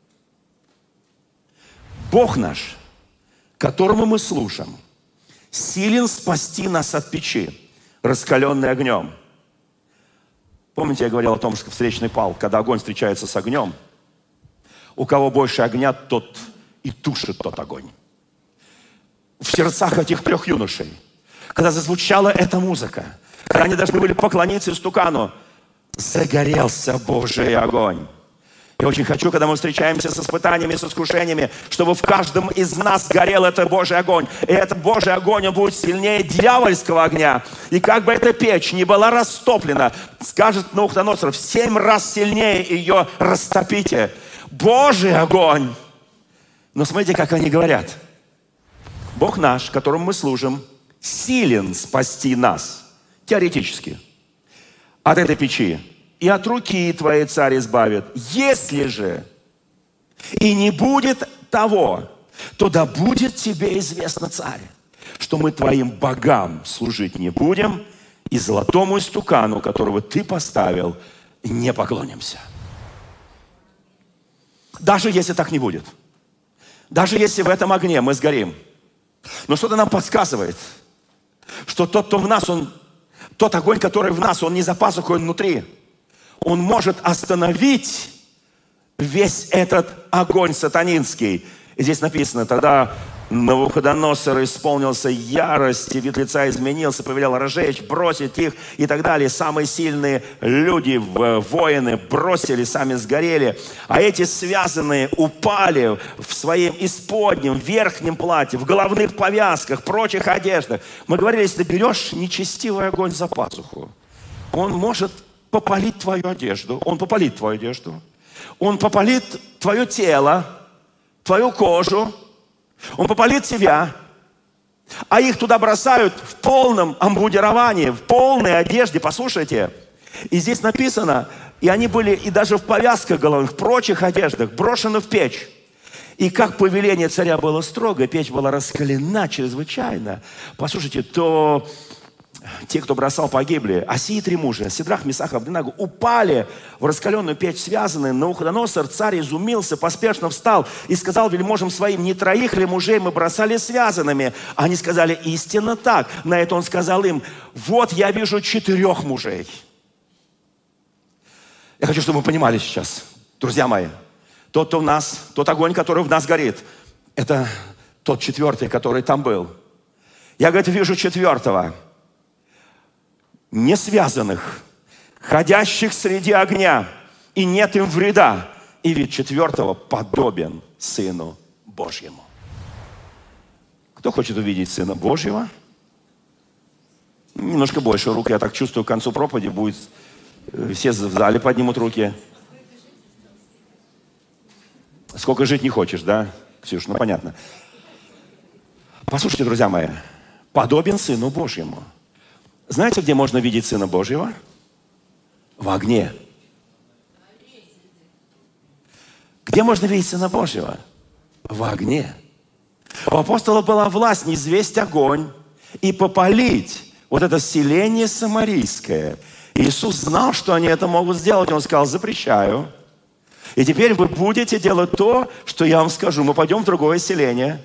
Бог наш, которому мы служим, силен спасти нас от печи, раскаленной огнем. Помните, я говорил о том, что встречный пал, когда огонь встречается с огнем, у кого больше огня, тот и тушит тот огонь. В сердцах этих трех юношей, когда зазвучала эта музыка, когда они должны были поклониться истукану, загорелся Божий огонь. Я очень хочу, когда мы встречаемся с испытаниями, с искушениями, чтобы в каждом из нас горел этот Божий огонь. И этот Божий огонь, он будет сильнее дьявольского огня. И как бы эта печь не была растоплена, скажет Навуходоносор, в семь раз сильнее ее растопите. Божий огонь. Но смотрите, как они говорят. Бог наш, которому мы служим, силен спасти нас. Теоретически. От этой печи. И от руки твоей царь избавит. Если же и не будет того, то да будет тебе известно, царь, что мы твоим богам служить не будем, и золотому истукану, которого ты поставил, не поклонимся. Даже если так не будет. Даже если в этом огне мы сгорим. Но что-то нам подсказывает, что тот, кто в нас, он, тот огонь, который в нас, он не за пазухой, он внутри. Он может остановить весь этот огонь сатанинский. И здесь написано, тогда Навуходоносор исполнился ярости, вид лица изменился, повелел разжечь, бросить их и так далее. Самые сильные люди, воины бросили, сами сгорели. А эти связанные упали в своем исподнем, верхнем платье, в головных повязках, прочих одеждах. Мы говорили, если ты берешь нечестивый огонь за пазуху, он может попалить твою одежду, он попалит твою одежду, он попалит твое тело, твою кожу, Он попалит тебя, а их туда бросают в полном амбудировании, в полной одежде. Послушайте. И здесь написано, и они были и даже в повязках головных, в прочих одеждах, брошены в печь. И как повеление царя было строго, печь была раскалена чрезвычайно. Послушайте, то те, кто бросал, погибли. А сии три мужа, Сидрах, Месах, Авденагу, упали в раскаленную печь связанные. Навуходоносор, царь, изумился, поспешно встал и сказал вельможам своим: не троих ли мужей мы бросали связанными? Они сказали: истинно так. На это он сказал им: вот я вижу четырех мужей. Я хочу, чтобы вы понимали сейчас, друзья мои, тот, кто в нас, тот огонь, который в нас горит, это тот четвертый, который там был. Я, говорит, вижу четвертого, не связанных, ходящих среди огня, и нет им вреда. И вид четвертого подобен Сыну Божьему. Кто хочет увидеть Сына Божьего? Немножко больше рук, я так чувствую, к концу проповеди будет... Все в зале поднимут руки. Сколько жить не хочешь, да, Ксюш? Ну, понятно. Послушайте, друзья мои, подобен Сыну Божьему. Знаете, где можно видеть Сына Божьего? В огне. Где можно видеть Сына Божьего? В огне. У апостола была власть низвесть огонь и попалить вот это селение самарийское. Иисус знал, что они это могут сделать. Он сказал: запрещаю. И теперь вы будете делать то, что я вам скажу. Мы пойдем в другое селение.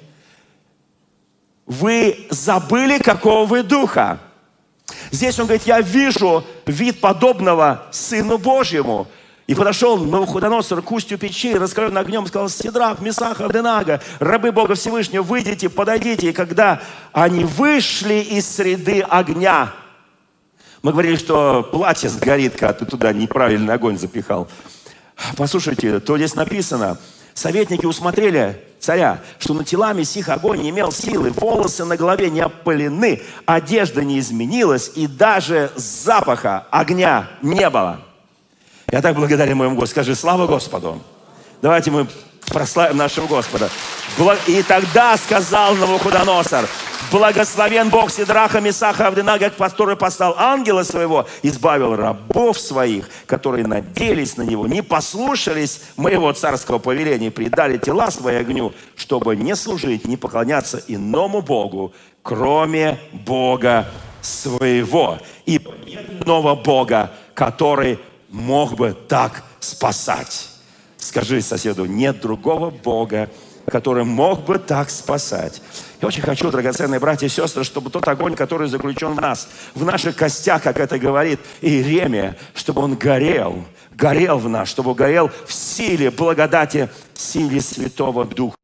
Вы забыли, какого вы духа. Здесь он говорит: я вижу вид подобного Сыну Божьему. И подошел Навуходоносор к устью печи, раскаленный огнем, сказал: Сидрах, Месах, Авденага, рабы Бога Всевышнего, выйдите, подойдите. И когда они вышли из среды огня, мы говорили, что платье сгорит, когда ты туда неправильный огонь запихал. Послушайте, то здесь написано: советники усмотрели царя, что над телами сих огонь не имел силы, волосы на голове не опалены, одежда не изменилась, и даже запаха огня не было. Я так благодарен моему Господу. Скажи: слава Господу. Давайте мы прославим нашего Господа. И тогда сказал Навуходоносор: благословен Бог Сидраха, Месаха, Авденага, который послал ангела своего, избавил рабов своих, которые надеялись на него, не послушались моего царского повеления, предали тела свои огню, чтобы не служить, не поклоняться иному Богу, кроме Бога своего. И нет иного Бога, который мог бы так спасать. Скажи соседу: нет другого Бога, который мог бы так спасать. Я очень хочу, драгоценные братья и сестры, чтобы тот огонь, который заключен в нас, в наших костях, как это говорит Иеремия, чтобы он горел, горел в нас, чтобы горел в силе благодати, силе Святого Духа.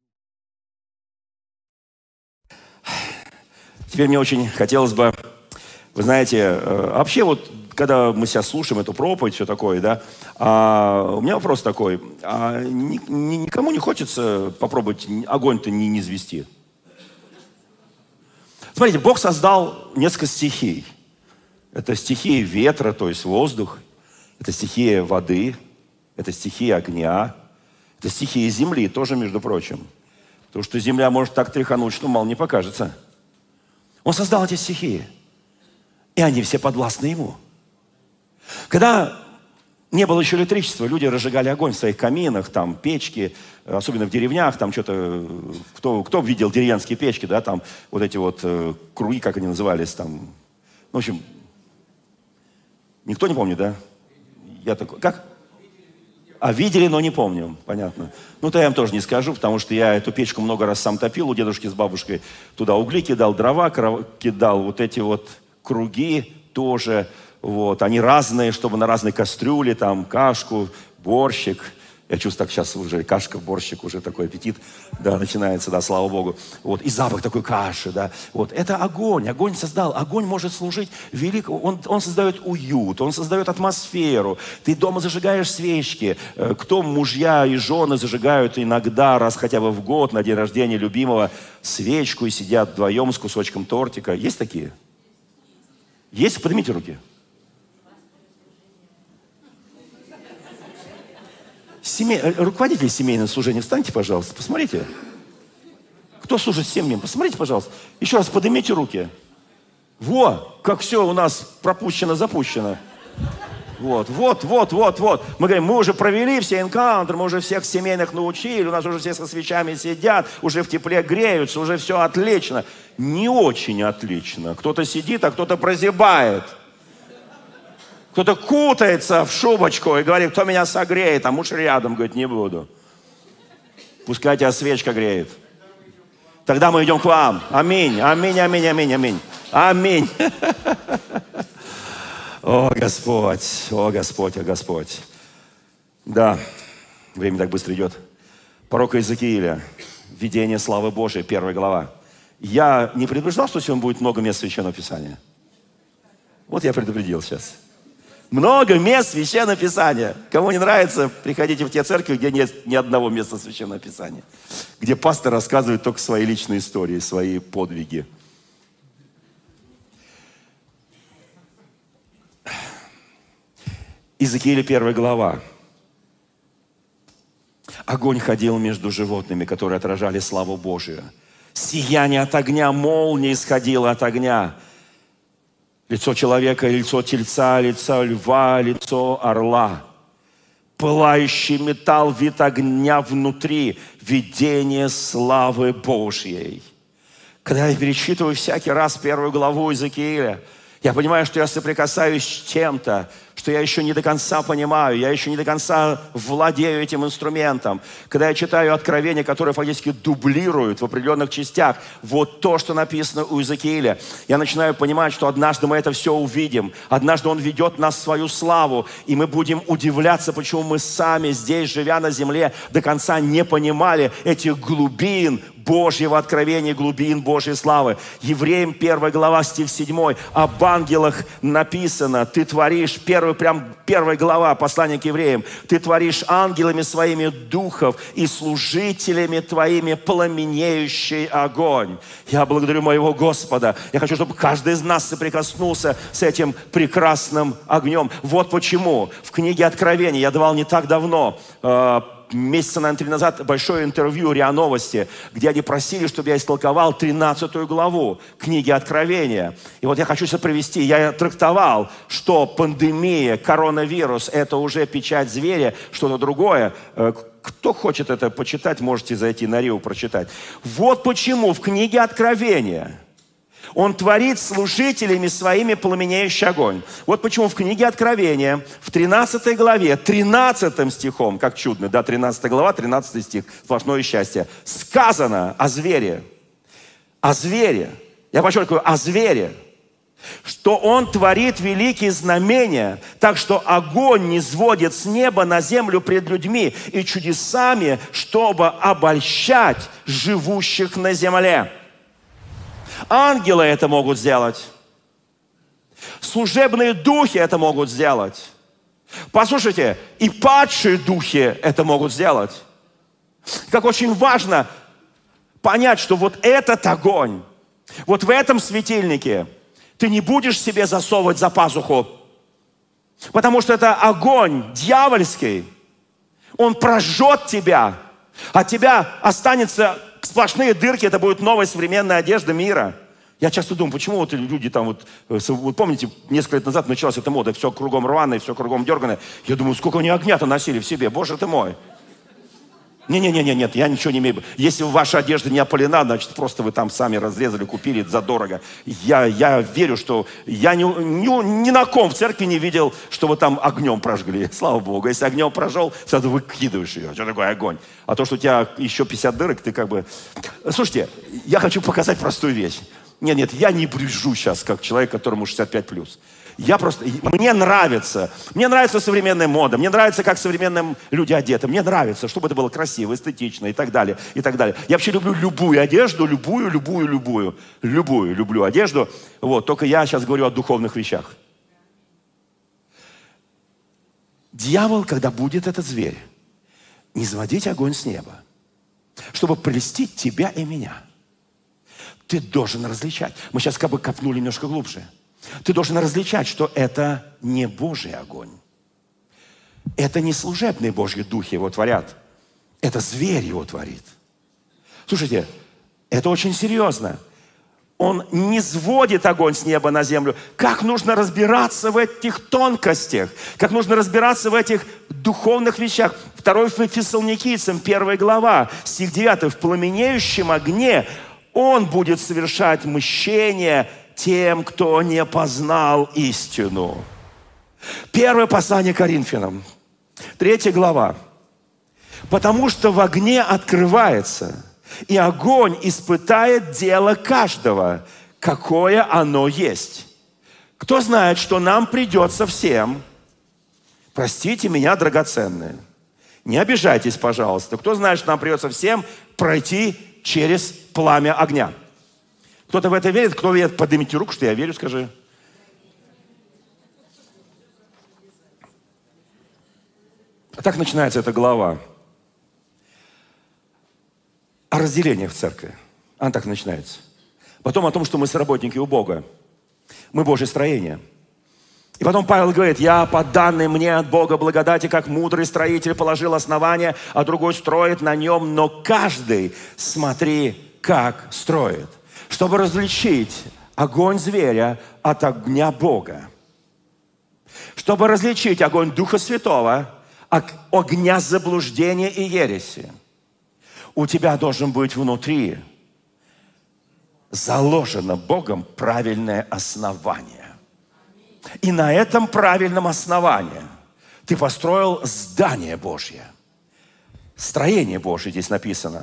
Теперь мне очень хотелось бы, вы знаете, вообще вот, когда мы сейчас слушаем эту проповедь, все такое, да, а, у меня вопрос такой: а ни, ни, никому не хочется попробовать огонь-то не низвести? Смотрите, Бог создал несколько стихий. Это стихия ветра, то есть воздух, это стихия воды, это стихия огня, это стихия земли тоже, между прочим. Потому что земля может так тряхануть, что мало не покажется. Он создал эти стихии, и они все подвластны Ему. Когда не было еще электричества, люди разжигали огонь в своих каминах, там печки, особенно в деревнях, там что-то, кто, кто видел деревенские печки, да, там вот эти вот э, круги, как они назывались, там, ну, в общем, никто не помнит, да? Я такой, как? А видели, но не помню, понятно. Ну, то я им тоже не скажу, потому что я эту печку много раз сам топил у дедушки с бабушкой, туда угли кидал, дрова кидал, вот эти вот круги тоже. Вот, они разные, чтобы на разной кастрюле, там, кашку, борщик. Я чувствую, так сейчас уже кашка, борщик, уже такой аппетит, да, начинается, да, слава Богу. Вот, и запах такой каши, да. Вот, это огонь, огонь создал. Огонь может служить великому, он, он создает уют, он создает атмосферу. Ты дома зажигаешь свечки. Кто мужья и жены зажигают иногда, раз хотя бы в год, на день рождения любимого, свечку и сидят вдвоем с кусочком тортика. Есть такие? Есть? Поднимите руки. Семей... Руководитель семейного служения, встаньте, пожалуйста, посмотрите. Кто служит семьям? Посмотрите, пожалуйста. Еще раз поднимите руки. Во, как все у нас пропущено, запущено. Вот, вот, вот, вот, вот. Мы говорим, мы уже провели все энкаунтеры, мы уже всех семейных научили, у нас уже все со свечами сидят, уже в тепле греются, уже все отлично. Не очень отлично. Кто-то сидит, а кто-то прозябает. Кто-то кутается в шубочку и говорит, кто меня согреет, а муж рядом, говорит, не буду. Пускай тебя свечка греет. Тогда мы идем к вам. Аминь, аминь, аминь, аминь, аминь. Аминь. О, Господь, о, Господь, о, Господь. Да, время так быстро идет. Пророк Иезекииля, видение славы Божией, первая глава. Я не предупреждал, что сегодня будет много мест Священного Писания? Вот я предупредил сейчас. Много мест Священного Писания. Кому не нравится, приходите в те церкви, где нет ни одного места Священного Писания. Где пастор рассказывает только свои личные истории, свои подвиги. Иезекииля первая глава. Огонь ходил между животными, которые отражали славу Божию. Сияние от огня, молния исходила от огня. Лицо человека, лицо тельца, лицо льва, лицо орла. Пылающий металл, вид огня внутри. Видение славы Божьей. Когда я перечитываю всякий раз первую главу Иезекииля, я понимаю, что я соприкасаюсь с чем-то, что я еще не до конца понимаю, я еще не до конца владею этим инструментом. Когда я читаю откровения, которые фактически дублируют в определенных частях вот то, что написано у Иезекииля, я начинаю понимать, что однажды мы это все увидим. Однажды Он ведет нас в свою славу, и мы будем удивляться, почему мы сами здесь, живя на земле, до конца не понимали этих глубин Божьего откровения, глубин Божьей славы. Евреям первая глава, стих седьмой. Об ангелах написано, ты творишь, первый, прям первая глава послания к евреям, ты творишь ангелами своими духов и служителями твоими пламенеющий огонь. Я благодарю моего Господа. Я хочу, чтобы каждый из нас соприкоснулся с этим прекрасным огнем. Вот почему в книге Откровения я давал не так давно, э, месяца, наверное, три назад большое интервью РИА Новости, где они просили, чтобы я истолковал тринадцатую главу книги Откровения. И вот я хочу сейчас провести. Я трактовал, что пандемия, коронавирус – это уже печать зверя, что-то другое. Кто хочет это почитать, можете зайти на РИА прочитать. Вот почему в книге Откровения Он творит служителями своими пламенеющий огонь. Вот почему в книге Откровения, в тринадцатой главе, тринадцатым стихом, как чудно, да, тринадцатая глава, тринадцатый стих, сплошное счастье, сказано о звере, о звере, я подчеркиваю, о звере, что он творит великие знамения, так что огонь низводит с неба на землю пред людьми и чудесами, чтобы обольщать живущих на земле. Ангелы это могут сделать. Служебные духи это могут сделать. Послушайте, и падшие духи это могут сделать. Как очень важно понять, что вот этот огонь, вот в этом светильнике ты не будешь себе засовывать за пазуху, потому что это огонь дьявольский. Он прожжет тебя, от тебя останется сплошные дырки, это будет новая современная одежда мира. Я часто думаю, почему вот люди там вот, вот помните, несколько лет назад началась эта мода, все кругом рваное, все кругом дерганое. Я думаю, сколько они огня-то носили в себе, Боже ты мой. Не-не-не, нет, я ничего не имею. Если ваша одежда не опалена, значит, просто вы там сами разрезали, купили задорого. Я, я верю, что я ни, ни, ни на ком в церкви не видел, что вы там огнем прожгли. Слава Богу. Если огнем прожег, сразу выкидываешь ее. Что такое огонь? А то, что у тебя еще пятьдесят дырок, ты как бы... Слушайте, я хочу показать простую вещь. Нет, нет, я не брюзжу сейчас, как человек, которому шестьдесят пять плюс. Я просто, мне нравится, мне нравится современная мода, мне нравится, как современные люди одеты, мне нравится, чтобы это было красиво, эстетично и так далее, и так далее. Я вообще люблю любую одежду, любую, любую, любую, любую, люблю одежду. Вот, только я сейчас говорю о духовных вещах. Дьявол, когда будет этот зверь, не сводить огонь с неба, чтобы прельстить тебя и меня. Ты должен различать. Мы сейчас как бы копнули немножко глубже. Ты должен различать, что это не Божий огонь. Это не служебные Божьи духи его творят. Это зверь его творит. Слушайте, Это очень серьезно. Он не сводит огонь с неба на землю. Как нужно разбираться в этих тонкостях, как нужно разбираться в этих духовных вещах. Второй Фессалоникийцам, первая глава, стих девятый. В пламенеющем огне он будет совершать мщение тем, кто не познал истину. Первое послание Коринфянам, третья глава. Потому что в огне открывается, и огонь испытает дело каждого, какое оно есть. Кто знает, что нам придется всем, простите меня, драгоценные, не обижайтесь, пожалуйста, кто знает, что нам придется всем пройти через пламя огня? Кто-то в это верит? Кто верит? Поднимите руку, что я верю, скажи. Так начинается эта глава. О разделениях в церкви. Она так начинается. Потом о том, что мы соработники у Бога. Мы Божье строение. И потом Павел говорит: я по данной мне от Бога благодати, как мудрый строитель, положил основание, а другой строит на нем. Но каждый смотри, как строит. Чтобы различить огонь зверя от огня Бога. Чтобы различить огонь Духа Святого от огня заблуждения и ереси. У тебя должен быть внутри заложено Богом правильное основание. И на этом правильном основании ты построил здание Божье. Строение Божье здесь написано.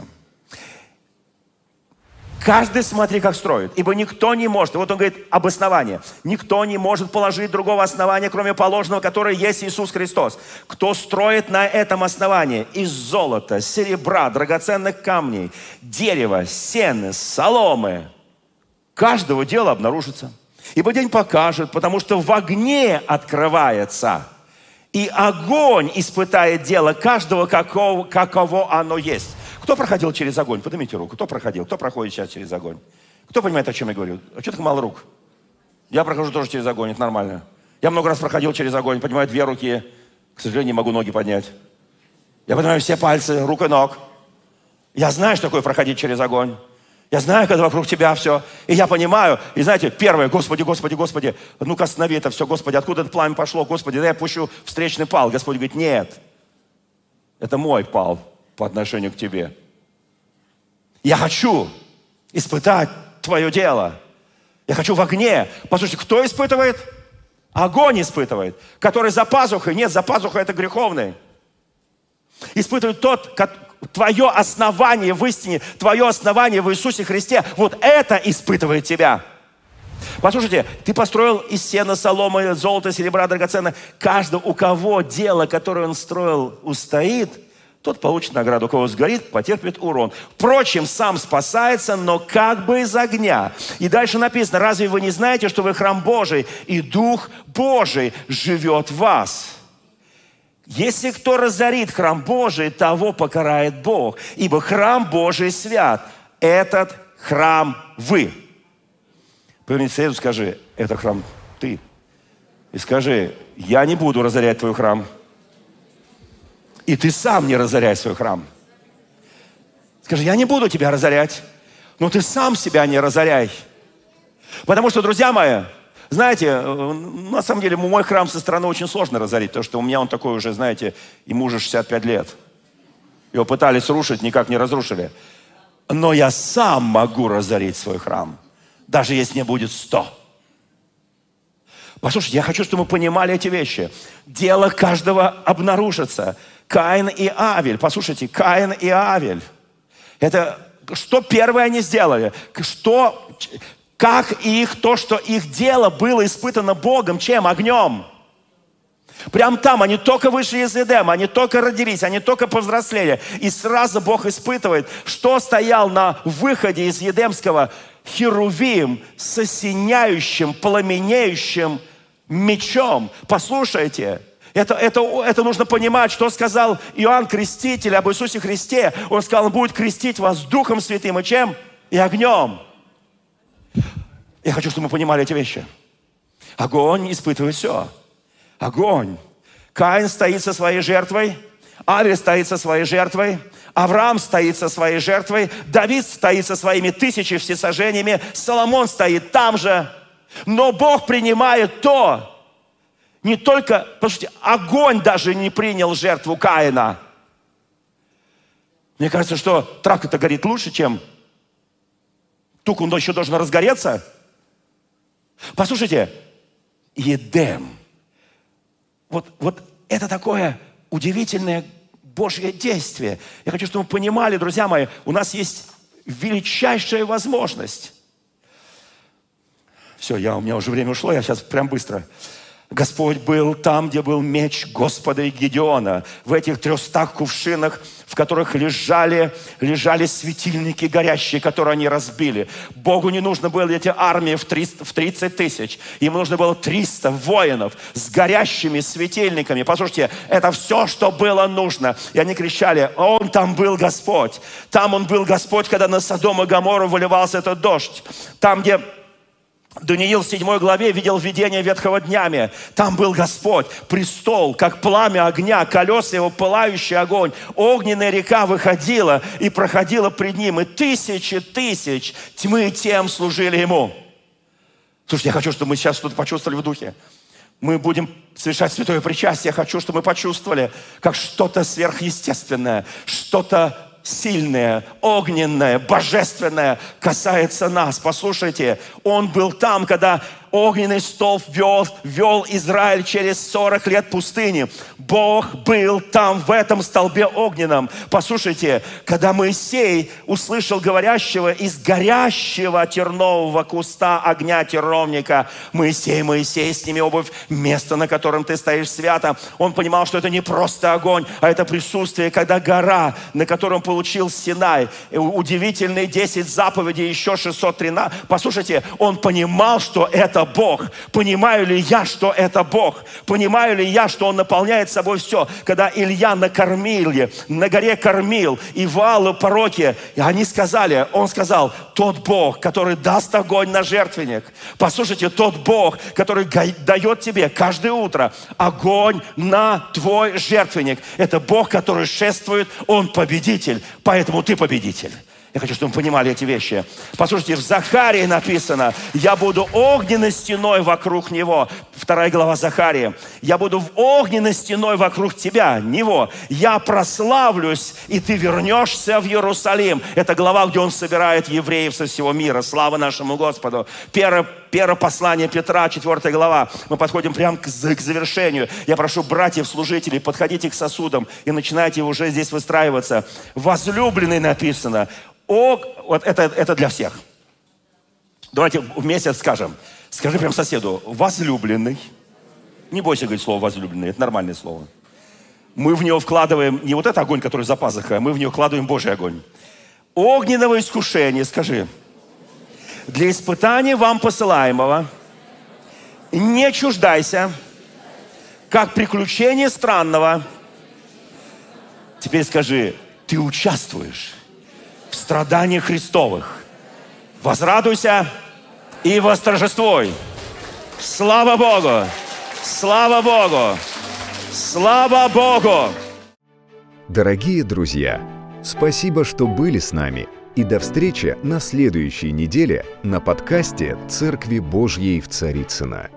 Каждый смотри, как строит. Ибо никто не может, вот он говорит об основании, никто не может положить другого основания, кроме положенного, которое есть Иисус Христос. Кто строит на этом основании из золота, серебра, драгоценных камней, дерева, сена, соломы, каждого дела обнаружится. Ибо день покажет, потому что в огне открывается, и огонь испытает дело каждого, какого, каково оно есть. Кто проходил через огонь? Поднимите руку. Кто проходил? Кто проходит сейчас через огонь? Кто понимает, о чем я говорю? А что так мало рук? Я прохожу тоже через огонь, это нормально. Я много раз проходил через огонь, поднимаю две руки. К сожалению, не могу ноги поднять. Я поднимаю все пальцы, рук и ног. Я знаю, что такое проходить через огонь. Я знаю, когда вокруг тебя все. И я понимаю. И знаете, первое: Господи, Господи, Господи, ну-ка останови это все, Господи, откуда это пламя пошло? Господи, да я пущу встречный пал. Господь говорит: нет, это мой пал по отношению к тебе. Я хочу испытать твое дело. Я хочу в огне. Послушайте, кто испытывает? Огонь испытывает. Который за пазухой. Нет, за пазухой это греховный. Испытывает тот, как твое основание в истине, твое основание в Иисусе Христе. Вот это испытывает тебя. Послушайте, ты построил из сена, соломы, золота, серебра, драгоценных. Каждый, у кого дело, которое он строил, устоит, тот получит награду. У кого сгорит, потерпит урон. Впрочем, сам спасается, но как бы из огня. И дальше написано: разве вы не знаете, что вы храм Божий, и Дух Божий живет в вас? Если кто разорит храм Божий, того покарает Бог. Ибо храм Божий свят. Этот храм вы. Повернись к соседу, скажи: это храм ты. И скажи: я не буду разорять твой храм. И ты сам не разоряй свой храм. Скажи: я не буду тебя разорять, но ты сам себя не разоряй. Потому что, друзья мои, знаете, на самом деле мой храм со стороны очень сложно разорить, потому что у меня он такой уже, знаете, ему уже шестьдесят пять лет. Его пытались рушить, никак не разрушили. Но я сам могу разорить свой храм, даже если мне будет сто. Послушайте, я хочу, чтобы мы понимали эти вещи. Дело каждого обнаружится. Каин и Авель. Послушайте, Каин и Авель. Это что первое они сделали? Что, как их, то, что их дело было испытано Богом, чем? Огнем. Прям там они только вышли из Эдема, они только родились, они только повзрослели. И сразу Бог испытывает, что стоял на выходе из Едемского: херувим с осеняющим, пламенеющим мечом. Послушайте, это, это, это нужно понимать, что сказал Иоанн Креститель об Иисусе Христе. Он сказал: он будет крестить вас Духом Святым и чем? И огнем. Я хочу, чтобы мы понимали эти вещи. Огонь испытывает все. Огонь. Каин стоит со своей жертвой, Авель стоит со своей жертвой, Авраам стоит со своей жертвой, Давид стоит со своими тысячи всесожжениями, Соломон стоит там же. Но Бог принимает то, не только, послушайте, огонь даже не принял жертву Каина. Мне кажется, что травка-то горит лучше, чем тук, он еще должен разгореться. Послушайте, Едем. Вот, вот это такое удивительное Божье действие. Я хочу, чтобы вы понимали, друзья мои, у нас есть величайшая возможность. Все, я, у меня уже время ушло, я сейчас прям быстро. Господь был там, где был меч Господа и Гедеона, в этих трехстах кувшинах, в которых лежали, лежали светильники горящие, которые они разбили. Богу не нужно было эти армии в тридцать тысяч. Ему нужно было триста воинов с горящими светильниками. Послушайте, это все, что было нужно. И они кричали: «Он там был Господь». Там Он был Господь, когда на Содом и Гоморру выливался этот дождь. Там, где Даниил в седьмой главе видел видение ветхого днями. Там был Господь, престол, как пламя огня, колеса его пылающий огонь. Огненная река выходила и проходила пред ним, и тысячи тысяч тьмы тем служили ему. Слушайте, я хочу, чтобы мы сейчас что-то почувствовали в духе. Мы будем совершать святое причастие. Я хочу, чтобы мы почувствовали, как что-то сверхъестественное, что-то сильное, огненное, божественное касается нас. Послушайте, Он был там, когда огненный столб вел, вел Израиль через сорок лет пустыни. Бог был там, в этом столбе огненном. Послушайте, когда Моисей услышал говорящего из горящего тернового куста огня терновника: «Моисей, Моисей, сними обувь, место, на котором ты стоишь, свято». Он понимал, что это не просто огонь, а это присутствие, когда гора, на котором получил Синай, удивительные десять заповедей, еще шестьсот тринадцать. Послушайте, он понимал, что это Бог. Понимаю ли я, что это Бог? Понимаю ли я, что Он наполняет собой все? Когда Илья накормил, на горе кормил, и Ваалу пороки, и они сказали, он сказал: тот Бог, который даст огонь на жертвенник. Послушайте, тот Бог, который дает тебе каждое утро огонь на твой жертвенник. Это Бог, который шествует, Он победитель, поэтому ты победитель. Я хочу, чтобы вы понимали эти вещи. Послушайте, в Захарии написано: «Я буду огненной стеной вокруг него». Вторая глава Захарии. «Я буду в огненной стеной вокруг тебя, него. Я прославлюсь, и ты вернешься в Иерусалим». Это глава, где он собирает евреев со всего мира. Слава нашему Господу. Первое, первое послание Петра, четвёртая глава. Мы подходим прямо к, к завершению. Я прошу братьев-служителей, подходите к сосудам и начинайте уже здесь выстраиваться. «Возлюбленный» написано. О, вот это, это для всех. Давайте вместе скажем. Скажи прям соседу: возлюбленный. Не бойся говорить слово возлюбленный, это нормальное слово. Мы в него вкладываем не вот этот огонь, который за пазухой, а мы в него вкладываем Божий огонь. Огненного искушения, скажи. Для испытания вам посылаемого не чуждайся, как приключение странного. Теперь скажи: ты участвуешь в страданиях Христовых. Возрадуйся и восторжествуй. Слава Богу! Слава Богу! Слава Богу! Дорогие друзья, спасибо, что были с нами. И до встречи на следующей неделе на подкасте «Церкви Божьей в Царицыно».